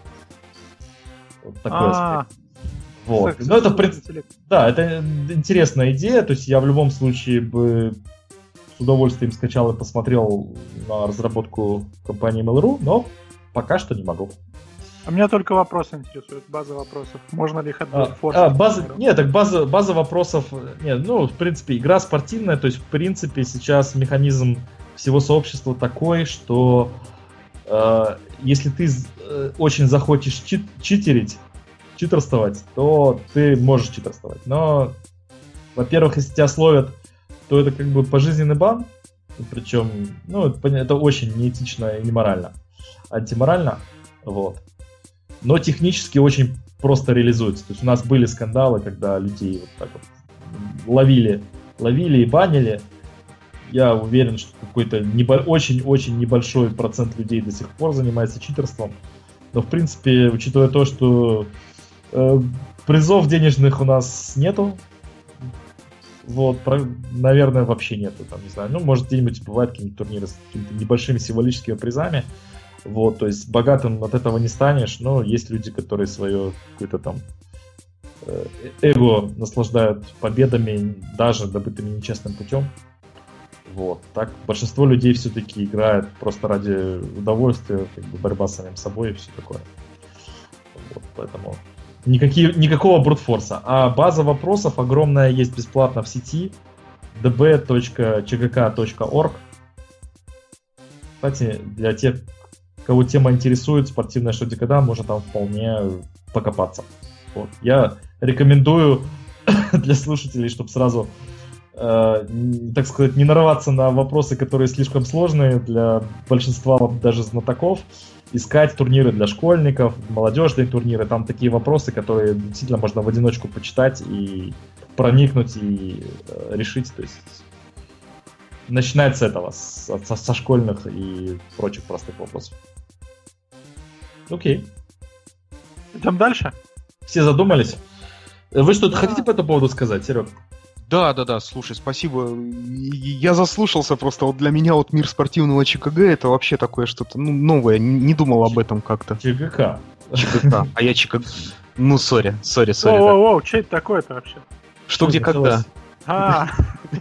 Вот такой аспект. Вот. Ну, это, в принципе, да, это интересная идея. То есть я в любом случае бы с удовольствием скачал и посмотрел на разработку компании Mail.ru, но пока что не могу. А меня только вопросы интересуют, база вопросов. Можно ли их отбросить? А, а, база, нет, так база, база вопросов... Нет, ну, в принципе, игра спортивная, то есть, в принципе, сейчас механизм всего сообщества такой, что э, если ты э, очень захочешь чит- читерить, читерствовать, то ты можешь читерствовать. Но, во-первых, если тебя словят, то это как бы пожизненный бан, причем, ну, это, это очень неэтично и неморально, антиморально, вот. Но технически очень просто реализуется. То есть у нас были скандалы, когда людей вот так вот ловили, ловили и банили. Я уверен, что какой-то небо- очень-очень небольшой процент людей до сих пор занимается читерством. Но, в принципе, учитывая то, что э, призов денежных у нас нету, вот, про, наверное, вообще нету, там, не знаю, ну, может, где-нибудь бывают какие-нибудь турниры с какими-то небольшими символическими призами, вот, то есть богатым от этого не станешь, но есть люди, которые свое какое-то там э, эго наслаждают победами, даже добытыми нечестным путем. Вот. Так большинство людей все-таки играет просто ради удовольствия, как бы борьба с самим собой и все такое. Вот, поэтому никакие, никакого брутфорса. А база вопросов огромная есть бесплатно в сети ди би точка чи джи ка точка орг. Кстати, для тех, кого тема интересует, спортивная что где когда, можно там вполне покопаться. Вот. Я рекомендую для слушателей, чтобы сразу Э, так сказать, не нарываться на вопросы, которые слишком сложные для большинства даже знатоков, искать турниры для школьников, молодежные турниры, там такие вопросы, которые действительно можно в одиночку почитать и проникнуть и э, решить, то есть начинать с этого, с, со, со школьных и прочих простых вопросов. Окей. Идем дальше? Все задумались? Вы что-то да. хотите по этому поводу сказать, Серег? Да, да, да, слушай, спасибо. Я заслушался просто. Вот для меня вот мир спортивного ЧКГ это вообще такое что-то ну, новое. Не думал об этом как-то. ЧГК. ЧГК. А я ЧКГ. Ну, сори, сори, сори. Оу-оу-оу, что это такое-то вообще? Что, где, когда? А,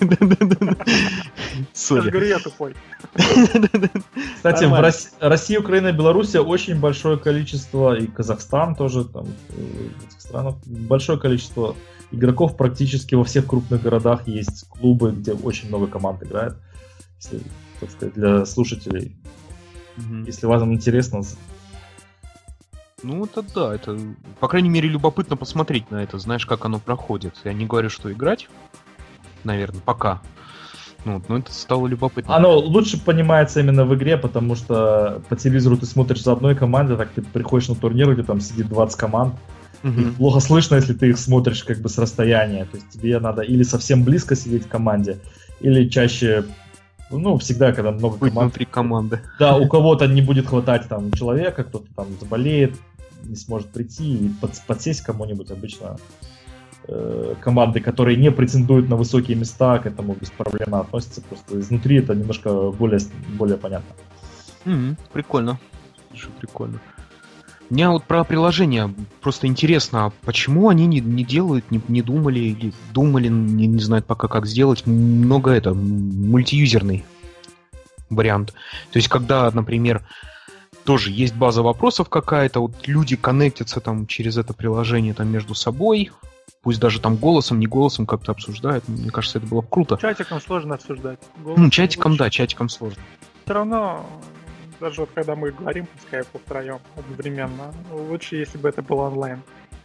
сори. говорю, я тупой. Кстати, в России, Украина и Белоруссия очень большое количество, и Казахстан тоже, там, в этих странах, большое количество игроков практически во всех крупных городах есть клубы, где очень много команд играет. Если, так сказать, для слушателей. Mm-hmm. Если вам интересно. Ну, это да, это, по крайней мере, любопытно посмотреть на это, знаешь, как оно проходит. Я не говорю, что играть, наверное, пока. Ну, но это стало любопытно. Оно лучше понимается именно в игре, потому что по телевизору ты смотришь за одной командой, так ты приходишь на турнир, где там сидит двадцать команд. Их плохо слышно, если ты их смотришь как бы с расстояния. То есть тебе надо или совсем близко сидеть в команде, или чаще Ну, всегда, когда много Быть команд. внутри команды. Да, у кого-то не будет хватать там человека, кто-то там заболеет, не сможет прийти и под, подсесть кому-нибудь. Обычно э, команды, которые не претендуют на высокие места, к этому без проблем относятся. Просто изнутри это немножко более, более понятно. Mm-hmm, прикольно. Слушай, прикольно. Мне вот про приложение просто интересно, а почему они не, не делают, не, не думали, или думали, не, не знают пока как сделать много это, мультиюзерный вариант. То есть, когда, например, тоже есть база вопросов какая-то, вот люди коннектятся там через это приложение там между собой, пусть даже там голосом, не голосом как-то обсуждают, мне кажется, это было бы круто. Чатиком сложно обсуждать. Ну, чатиком, да, чатиком сложно. Все равно, даже вот когда мы говорим по скайпу втроем одновременно, лучше, если бы это было онлайн.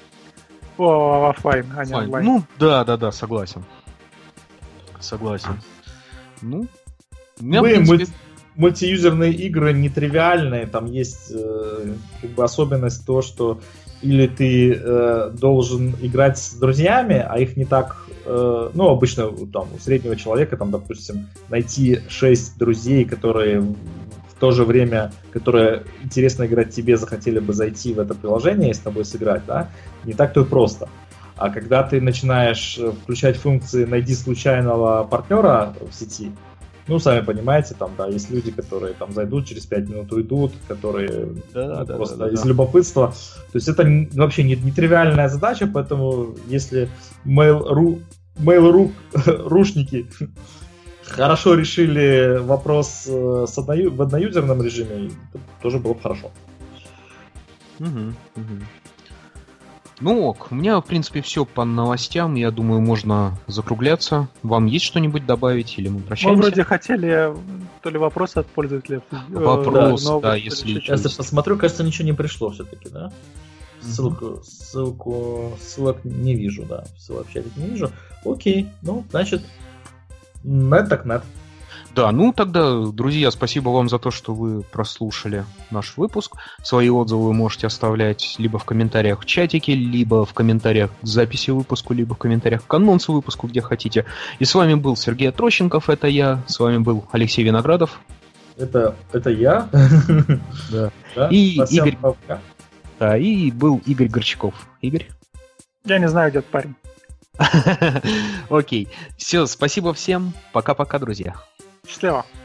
О, офлайн, а не онлайн. Ну, да, да, да, согласен. Согласен. Ну, у меня, Мы, в принципе... мульти- мультиюзерные игры нетривиальные, там есть э, как бы особенность то, что или ты э, должен играть с друзьями, а их не так, э, ну, обычно там у среднего человека, там, допустим, найти шесть друзей, которые в то же время, которые интересно играть тебе, захотели бы зайти в это приложение и с тобой сыграть, да, не так-то и просто. А когда ты начинаешь включать функции «найди случайного партнера» в сети, ну, сами понимаете, там, да, есть люди, которые там зайдут, через пять минут уйдут, которые Да, да, просто да, да, из да. любопытства. То есть это не- вообще не, не тривиальная задача, поэтому если Mail.ru, Mail.ru рушники хорошо решили вопрос э, с одно, в одноюзерном режиме, то тоже было бы хорошо. Мгм, мгм. Ну ок, у меня в принципе все по новостям, я думаю, можно закругляться. Вам есть что-нибудь добавить или мы Мы прощаемся? вроде хотели то ли вопросы от пользователей. э, Вопрос, новости, да, то ли если еще Сейчас я что-то. посмотрю, кажется, ничего не пришло все-таки, да? Мгм. Ссылку, ссылку, ссылок не вижу, да. Ссылок в чатике не вижу. Окей, ну, значит, нет так нет. Да, ну тогда, друзья, спасибо вам за то, что вы прослушали наш выпуск. Свои отзывы вы можете оставлять либо в комментариях в чатике, либо в комментариях к записи выпуску, либо в комментариях к анонсу выпуску, где хотите. И с вами был Сергей Трощенков, это я. С вами был Алексей Виноградов. Это, это я. Да. Да? И Всем Игорь. пока. Да, и был Игорь Горчаков. Игорь? Я не знаю, где этот парень. Окей. Все, спасибо всем. Пока-пока, друзья. Счастливо.